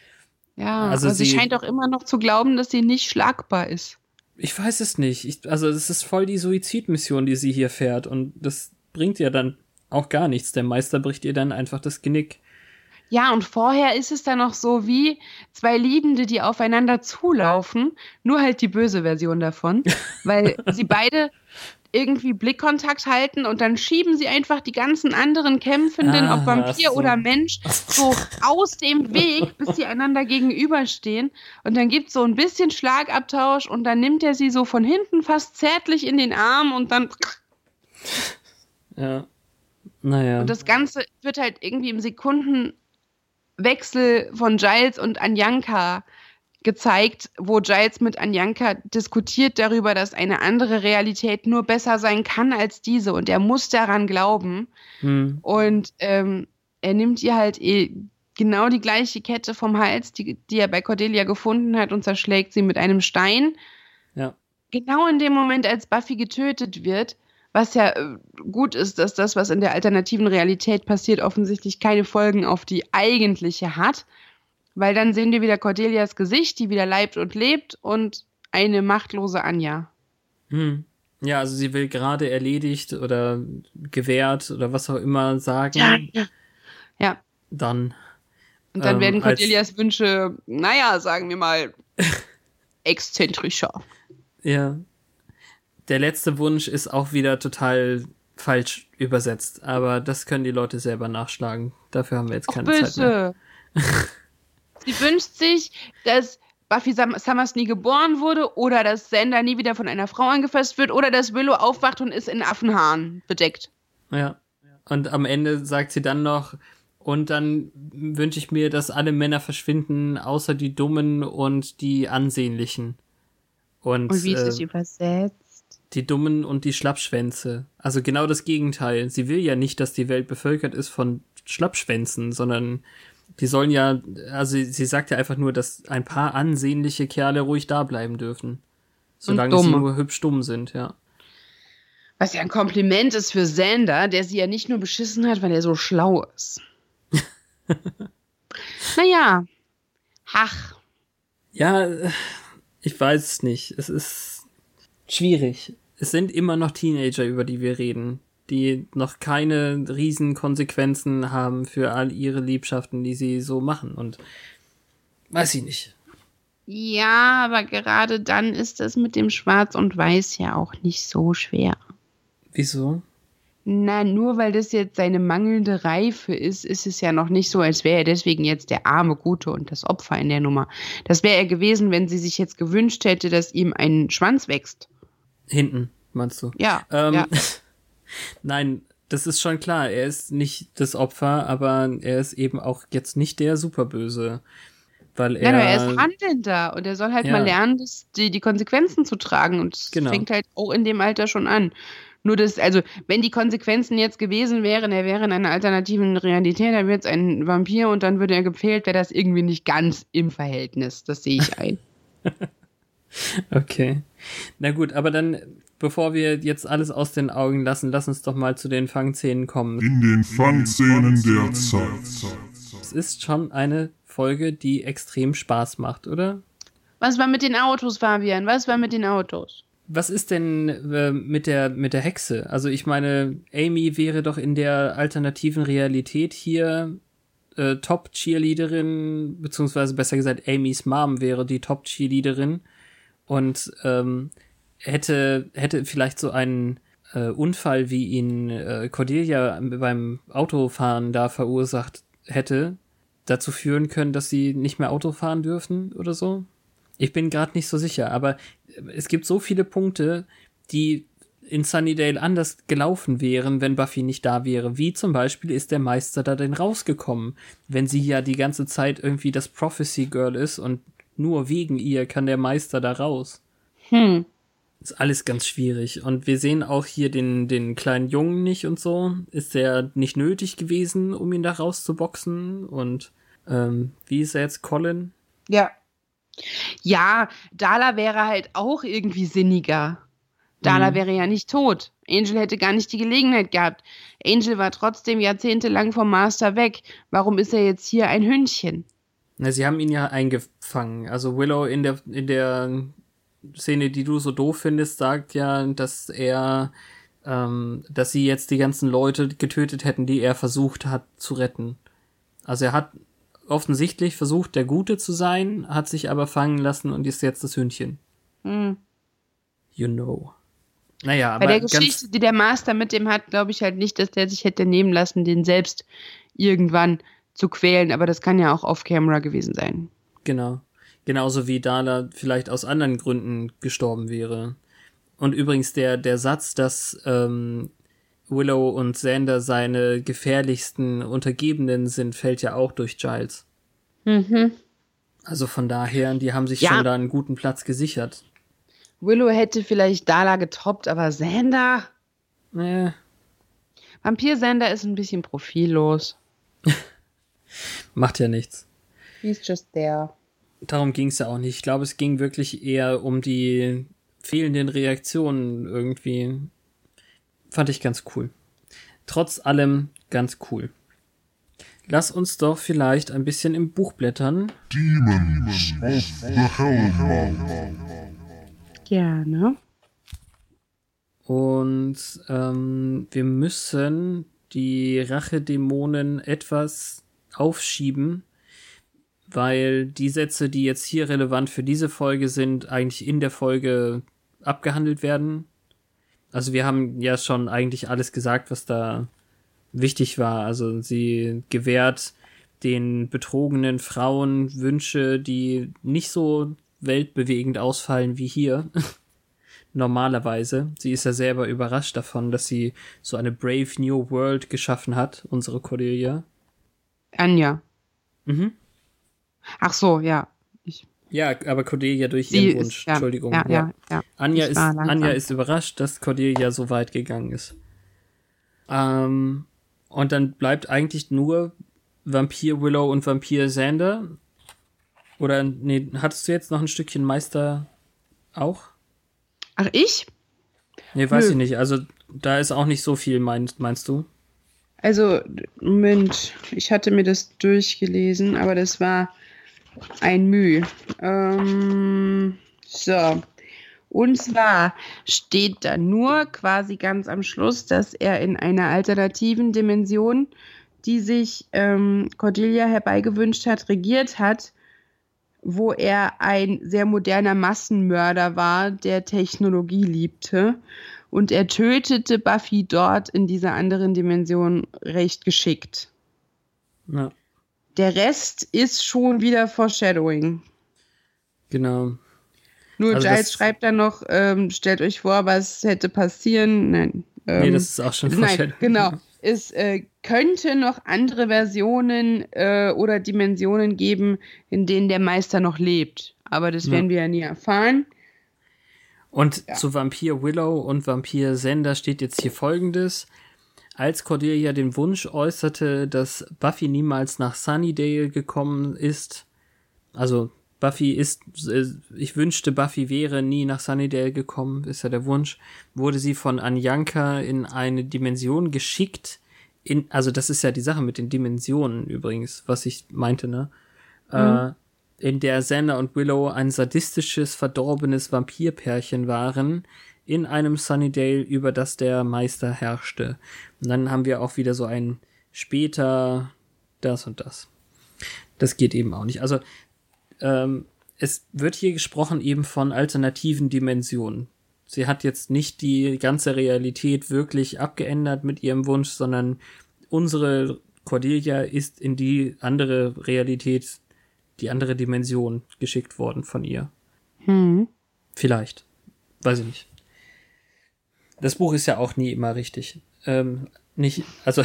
Ja, also aber sie, sie scheint auch immer noch zu glauben, dass sie nicht schlagbar ist. Ich weiß es nicht. Ich, also es ist voll die Suizidmission, die sie hier fährt und das bringt ja dann auch gar nichts. Der Meister bricht ihr dann einfach das Genick. Ja, und vorher ist es dann noch so wie zwei Liebende, die aufeinander zulaufen, nur halt die böse Version davon, weil sie beide irgendwie Blickkontakt halten und dann schieben sie einfach die ganzen anderen Kämpfenden, ah, ob Vampir so. oder Mensch, so aus dem Weg, bis sie einander gegenüberstehen. Und dann gibt es so ein bisschen Schlagabtausch und dann nimmt er sie so von hinten fast zärtlich in den Arm und dann... Ja, naja. Und das Ganze wird halt irgendwie im Sekundenwechsel von Giles und Anjanka gezeigt, wo Giles mit Anjanka diskutiert darüber, dass eine andere Realität nur besser sein kann als diese und er muss daran glauben. Hm. Und ähm, er nimmt ihr halt eh genau die gleiche Kette vom Hals, die, die er bei Cordelia gefunden hat, und zerschlägt sie mit einem Stein. Ja. Genau in dem Moment, als Buffy getötet wird, was ja äh, gut ist, dass das, was in der alternativen Realität passiert, offensichtlich keine Folgen auf die eigentliche hat, weil dann sehen wir wieder Cordelias Gesicht, die wieder leibt und lebt, und eine machtlose Anja. Hm. Ja, also sie will gerade erledigt oder gewährt oder was auch immer sagen. Ja, ja. Ja. Dann. Und dann ähm, werden Cordelias Wünsche, naja, sagen wir mal, exzentrischer. Ja. Der letzte Wunsch ist auch wieder total falsch übersetzt, aber das können die Leute selber nachschlagen. Dafür haben wir jetzt keine Och, Zeit mehr. Sie wünscht sich, dass Buffy Summers nie geboren wurde oder dass Xander nie wieder von einer Frau angefasst wird oder dass Willow aufwacht und ist in Affenhaaren bedeckt. Ja. Und am Ende sagt sie dann noch, und dann wünsche ich mir, dass alle Männer verschwinden, außer die Dummen und die Ansehnlichen. Und, und wie ist äh, es übersetzt? Die Dummen und die Schlappschwänze. Also genau das Gegenteil. Sie will ja nicht, dass die Welt bevölkert ist von Schlappschwänzen, sondern die sollen ja, also sie sagt ja einfach nur, dass ein paar ansehnliche Kerle ruhig da bleiben dürfen. Solange sie nur hübsch dumm sind, ja. Was ja ein Kompliment ist für Xander, der sie ja nicht nur beschissen hat, weil er so schlau ist. Naja. Ach. Ja, ich weiß es nicht. Es ist schwierig. Es sind immer noch Teenager, über die wir reden, die noch keine riesen Konsequenzen haben für all ihre Liebschaften, die sie so machen. Und weiß ich nicht. Ja, aber gerade dann ist das mit dem Schwarz und Weiß ja auch nicht so schwer. Wieso? Na, nur weil das jetzt seine mangelnde Reife ist, ist es ja noch nicht so, als wäre er deswegen jetzt der arme Gute und das Opfer in der Nummer. Das wäre er gewesen, wenn sie sich jetzt gewünscht hätte, dass ihm ein Schwanz wächst. Hinten, meinst du? Ja. Ähm, ja. Nein, das ist schon klar. Er ist nicht das Opfer, aber er ist eben auch jetzt nicht der Superböse. Weil er, Nein, aber er ist Handelnder und er soll halt ja. mal lernen, das, die, die Konsequenzen zu tragen. Und es genau. fängt halt auch in dem Alter schon an. Nur das, also, wenn die Konsequenzen jetzt gewesen wären, er wäre in einer alternativen Realität, er wäre jetzt ein Vampir und dann würde er gepfählt, wäre das irgendwie nicht ganz im Verhältnis. Das sehe ich ein. Okay. Na gut, aber dann, bevor wir jetzt alles aus den Augen lassen, lass uns doch mal zu den Fangszenen kommen. In den Fangszenen der Zeit. Es ist schon eine Folge, die extrem Spaß macht, oder? Was war mit den Autos, Fabian? Was war mit den Autos? Was ist denn äh, mit der mit der Hexe? Also ich meine, Amy wäre doch in der alternativen Realität hier äh, Top-Cheerleaderin, beziehungsweise besser gesagt, Amys Mom wäre die Top-Cheerleaderin und ähm, hätte hätte vielleicht so einen äh, Unfall, wie ihn äh, Cordelia beim Autofahren da verursacht hätte, dazu führen können, dass sie nicht mehr Auto fahren dürfen oder so. Ich bin gerade nicht so sicher, aber es gibt so viele Punkte, die in Sunnydale anders gelaufen wären, wenn Buffy nicht da wäre. Wie zum Beispiel ist der Meister da denn rausgekommen, wenn sie ja die ganze Zeit irgendwie das Prophecy Girl ist und nur wegen ihr kann der Meister da raus. Hm. Ist alles ganz schwierig. Und wir sehen auch hier den, den kleinen Jungen nicht und so. Ist der nicht nötig gewesen, um ihn da rauszuboxen? Und ähm, wie ist er jetzt, Colin? Ja. Ja, Darla wäre halt auch irgendwie sinniger. Darla mhm. wäre ja nicht tot. Angel hätte gar nicht die Gelegenheit gehabt. Angel war trotzdem jahrzehntelang vom Master weg. Warum ist er jetzt hier ein Hündchen? Na, sie haben ihn ja eingefangen. Also Willow in der, in der Szene, die du so doof findest, sagt ja, dass er, ähm, dass sie jetzt die ganzen Leute getötet hätten, die er versucht hat zu retten. Also er hat offensichtlich versucht, der Gute zu sein, hat sich aber fangen lassen und ist jetzt das Hündchen. Hm. You know. Naja, aber bei der Geschichte, die der Master mit dem hat, glaube ich halt nicht, dass der sich hätte nehmen lassen, den selbst irgendwann zu quälen, aber das kann ja auch off-camera gewesen sein. Genau. Genauso wie Darla vielleicht aus anderen Gründen gestorben wäre. Und übrigens der, der Satz, dass ähm, Willow und Xander seine gefährlichsten Untergebenen sind, fällt ja auch durch Giles. Mhm. Also von daher, die haben sich ja. schon da einen guten Platz gesichert. Willow hätte vielleicht Darla getoppt, aber Xander? Nee. Vampir Xander ist ein bisschen profillos. Macht ja nichts. He's just there. Darum ging es ja auch nicht. Ich glaube, es ging wirklich eher um die fehlenden Reaktionen irgendwie. Fand ich ganz cool. Trotz allem ganz cool. Lass uns doch vielleicht ein bisschen im Buch blättern. Demons of the Hellmouth. Gerne. Und ähm, wir müssen die Rachedämonen etwas aufschieben, weil die Sätze, die jetzt hier relevant für diese Folge sind, eigentlich in der Folge abgehandelt werden. Also wir haben ja schon eigentlich alles gesagt, was da wichtig war. Also sie gewährt den betrogenen Frauen Wünsche, die nicht so weltbewegend ausfallen wie hier. Normalerweise. Sie ist ja selber überrascht davon, dass sie so eine Brave New World geschaffen hat, unsere Cordelia. Anja. Mhm. Ach so, ja. Ich Ja, aber Cordelia durch Sie ihren Wunsch. ist, ja, Entschuldigung. Ja, ja, ja. Anja, Ich ist, war langsam. Anja ist überrascht, dass Cordelia so weit gegangen ist. Ähm, und dann bleibt eigentlich nur Vampir Willow und Vampir Xander. Oder, nee, hattest du jetzt noch ein Stückchen Meister auch? Ach, ich? Nee, weiß Nö. ich nicht. Also, da ist auch nicht so viel, meinst, meinst du? Also, Moment, ich hatte mir das durchgelesen, aber das war ein Mühe. Ähm, so. Und zwar steht da nur quasi ganz am Schluss, dass er in einer alternativen Dimension, die sich ähm, Cordelia herbeigewünscht hat, regiert hat, wo er ein sehr moderner Massenmörder war, der Technologie liebte. Und er tötete Buffy dort in dieser anderen Dimension recht geschickt. Ja. Der Rest ist schon wieder Foreshadowing. Genau. Nur Also Giles das- schreibt dann noch, ähm, stellt euch vor, was hätte passieren. Nein. Ähm, Nee, das ist auch schon Nein, Foreshadowing. genau. Es äh, könnte noch andere Versionen äh, oder Dimensionen geben, in denen der Meister noch lebt. Aber das Ja. werden wir ja nie erfahren. Und Ja. zu Vampir Willow und Vampir Xander steht jetzt hier Folgendes. Als Cordelia den Wunsch äußerte, dass Buffy niemals nach Sunnydale gekommen ist, also Buffy ist, äh, ich wünschte, Buffy wäre nie nach Sunnydale gekommen, ist ja der Wunsch, wurde sie von Anyanka in eine Dimension geschickt, in, also das ist ja die Sache mit den Dimensionen übrigens, was ich meinte, ne? Äh, in der Xander und Willow ein sadistisches, verdorbenes Vampirpärchen waren, in einem Sunnydale, über das der Meister herrschte. Und dann haben wir auch wieder so ein später das und das. Das geht eben auch nicht. Also, ähm, es wird hier gesprochen eben von alternativen Dimensionen. Sie hat jetzt nicht die ganze Realität wirklich abgeändert mit ihrem Wunsch, sondern unsere Cordelia ist in die andere Realität, die andere Dimension geschickt worden von ihr. Hm. Vielleicht. Weiß ich nicht. Das Buch ist ja auch nie immer richtig. Ähm, nicht, also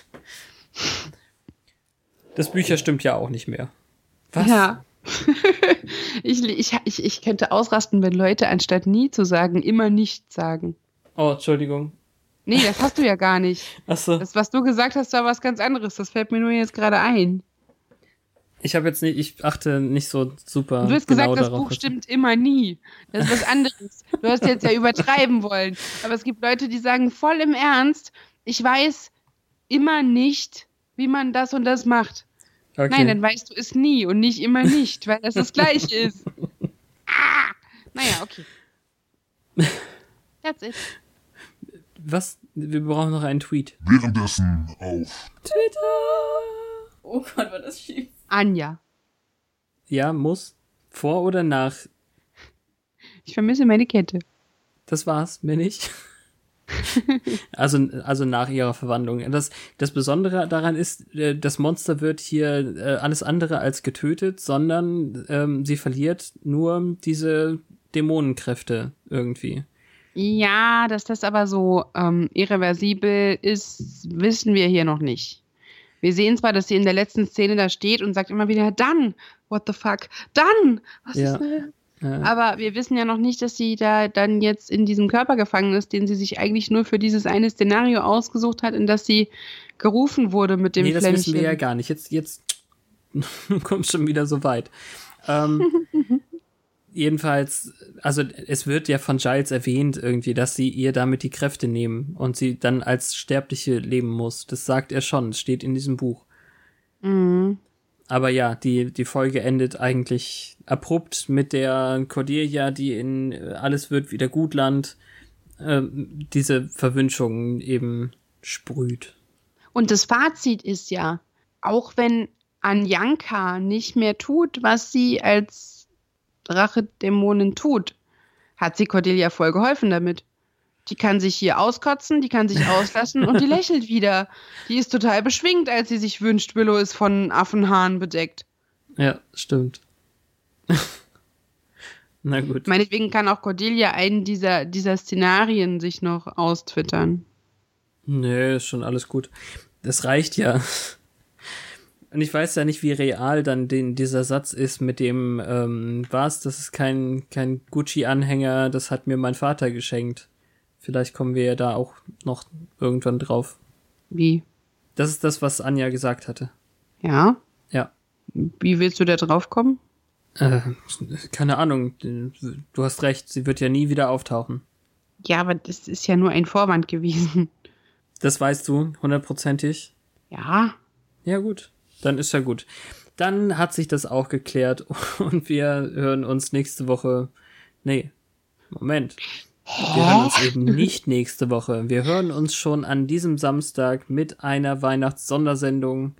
das Bücher stimmt ja auch nicht mehr. Was? Ja. ich, ich, ich, ich könnte ausrasten, wenn Leute anstatt nie zu sagen, immer nicht sagen. Oh, Entschuldigung. Nee, das hast du ja gar nicht. Ach so. Das, was du gesagt hast, war was ganz anderes. Das fällt mir nur jetzt gerade ein. Ich habe jetzt nicht, ich achte nicht so super Du hast genau gesagt, das darauf. Buch stimmt immer nie. Das ist was anderes. Du hast jetzt ja übertreiben wollen. Aber es gibt Leute, die sagen voll im Ernst, ich weiß immer nicht, wie man das und das macht. Okay. Nein, dann weißt du es nie und nicht immer nicht, weil das das Gleiche ist. Ah! Naja, okay. That's it. Was? Wir brauchen noch einen Tweet. Währenddessen auf Twitter! Oh Gott, war das schief. Anja. Ja, muss. Vor oder nach? Ich vermisse meine Kette. Das war's, mir nicht. also, also nach ihrer Verwandlung. Das, das Besondere daran ist, äh, das Monster wird hier äh, alles andere als getötet, sondern ähm, sie verliert nur diese Dämonenkräfte irgendwie. Ja, dass das aber so ähm, irreversibel ist, wissen wir hier noch nicht. Wir sehen zwar, dass sie in der letzten Szene da steht und sagt immer wieder, dann, what the fuck, dann, was Ja. ist denn? Ja. Aber wir wissen ja noch nicht, dass sie da dann jetzt in diesem Körper gefangen ist, den sie sich eigentlich nur für dieses eine Szenario ausgesucht hat, in das sie gerufen wurde mit dem Nee, das Flämmchen. wissen wir ja gar nicht. Jetzt, jetzt du kommst schon wieder so weit. Ähm, jedenfalls, also es wird ja von Giles erwähnt irgendwie, dass sie ihr damit die Kräfte nehmen und sie dann als Sterbliche leben muss. Das sagt er schon, es steht in diesem Buch. Mhm. Aber ja, die, die Folge endet eigentlich abrupt mit der Cordelia, die in Alles wird wieder Gutland äh, diese Verwünschungen eben sprüht. Und das Fazit ist ja, auch wenn Anjanka nicht mehr tut, was sie als Rachedämonin tut, hat sie Cordelia voll geholfen damit. Die kann sich hier auskotzen, die kann sich auslassen und die lächelt wieder. Die ist total beschwingt, als sie sich wünscht, Willow ist von Affenhaaren bedeckt. Ja, stimmt. Na gut. Meinetwegen kann auch Cordelia einen dieser, dieser Szenarien sich noch austwittern. Nee, ist schon alles gut. Das reicht ja. Und ich weiß ja nicht, wie real dann den, dieser Satz ist mit dem, ähm, was, das ist kein, kein Gucci-Anhänger, das hat mir mein Vater geschenkt. Vielleicht kommen wir ja da auch noch irgendwann drauf. Wie? Das ist das, was Anja gesagt hatte. Ja? Ja. Wie willst du da drauf kommen? Äh, keine Ahnung. Du hast recht, sie wird ja nie wieder auftauchen. Ja, aber das ist ja nur ein Vorwand gewesen. Das weißt du, hundertprozentig? Ja. Ja, gut. Dann ist ja gut. Dann hat sich das auch geklärt und wir hören uns nächste Woche. Nee, Moment. Wir hören uns eben nicht nächste Woche. Wir hören uns schon an diesem Samstag mit einer Weihnachtssondersendung.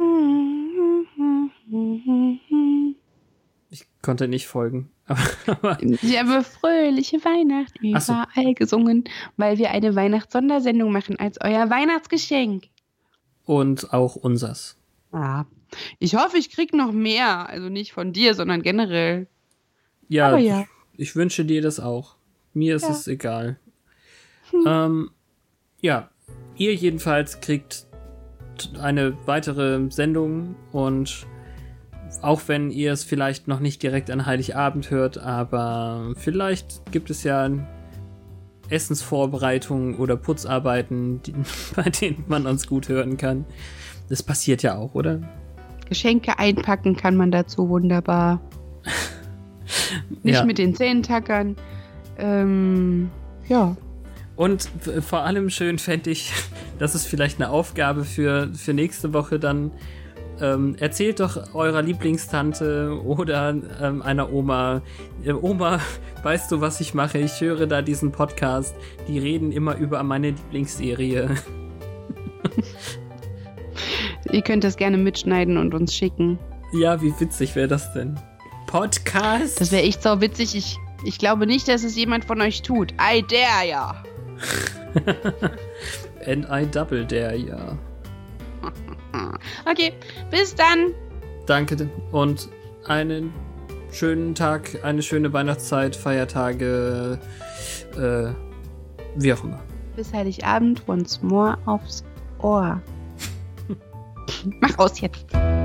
Ich konnte nicht folgen. Aber Sie haben fröhliche Weihnachten überall so. gesungen, weil wir eine Weihnachtssondersendung machen als euer Weihnachtsgeschenk. Und auch unsers. Ah. Ich hoffe, ich krieg noch mehr. Also nicht von dir, sondern generell. Ja, Aber ja. Ich wünsche dir das auch. Mir ist ja. es egal. Hm. Ähm, ja, ihr jedenfalls kriegt eine weitere Sendung und auch wenn ihr es vielleicht noch nicht direkt an Heiligabend hört, aber vielleicht gibt es ja Essensvorbereitungen oder Putzarbeiten, die, bei denen man uns gut hören kann. Das passiert ja auch, oder? Geschenke einpacken kann man dazu wunderbar. Nicht ja. mit den Zehentackern. Ähm, ja. Und vor allem schön fände ich, das ist vielleicht eine Aufgabe für, für nächste Woche dann, ähm, erzählt doch eurer Lieblingstante oder ähm, einer Oma, äh, Oma, weißt du, was ich mache? Ich höre da diesen Podcast, die reden immer über meine Lieblingsserie. Ihr könnt das gerne mitschneiden und uns schicken. Ja, wie witzig wäre das denn? Podcast? Das wäre echt so witzig. Ich, ich glaube nicht, dass es jemand von euch tut. I dare ya. And I double dare ya. Okay, bis dann. Danke und einen schönen Tag, eine schöne Weihnachtszeit, Feiertage, äh, wie auch immer. Bis Heiligabend, once more aufs Ohr. Mach aus jetzt.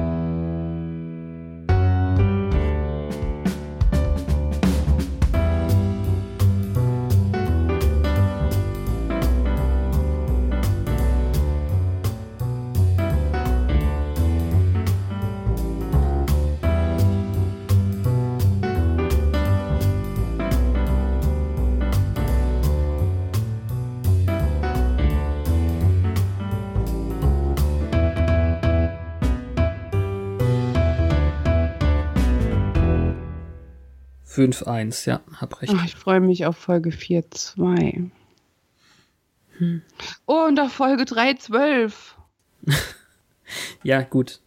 fünf eins, ja, hab recht. Ach, ich freue mich auf Folge vier zwei. Hm. Oh, und auf Folge drei zwölf. Ja, gut.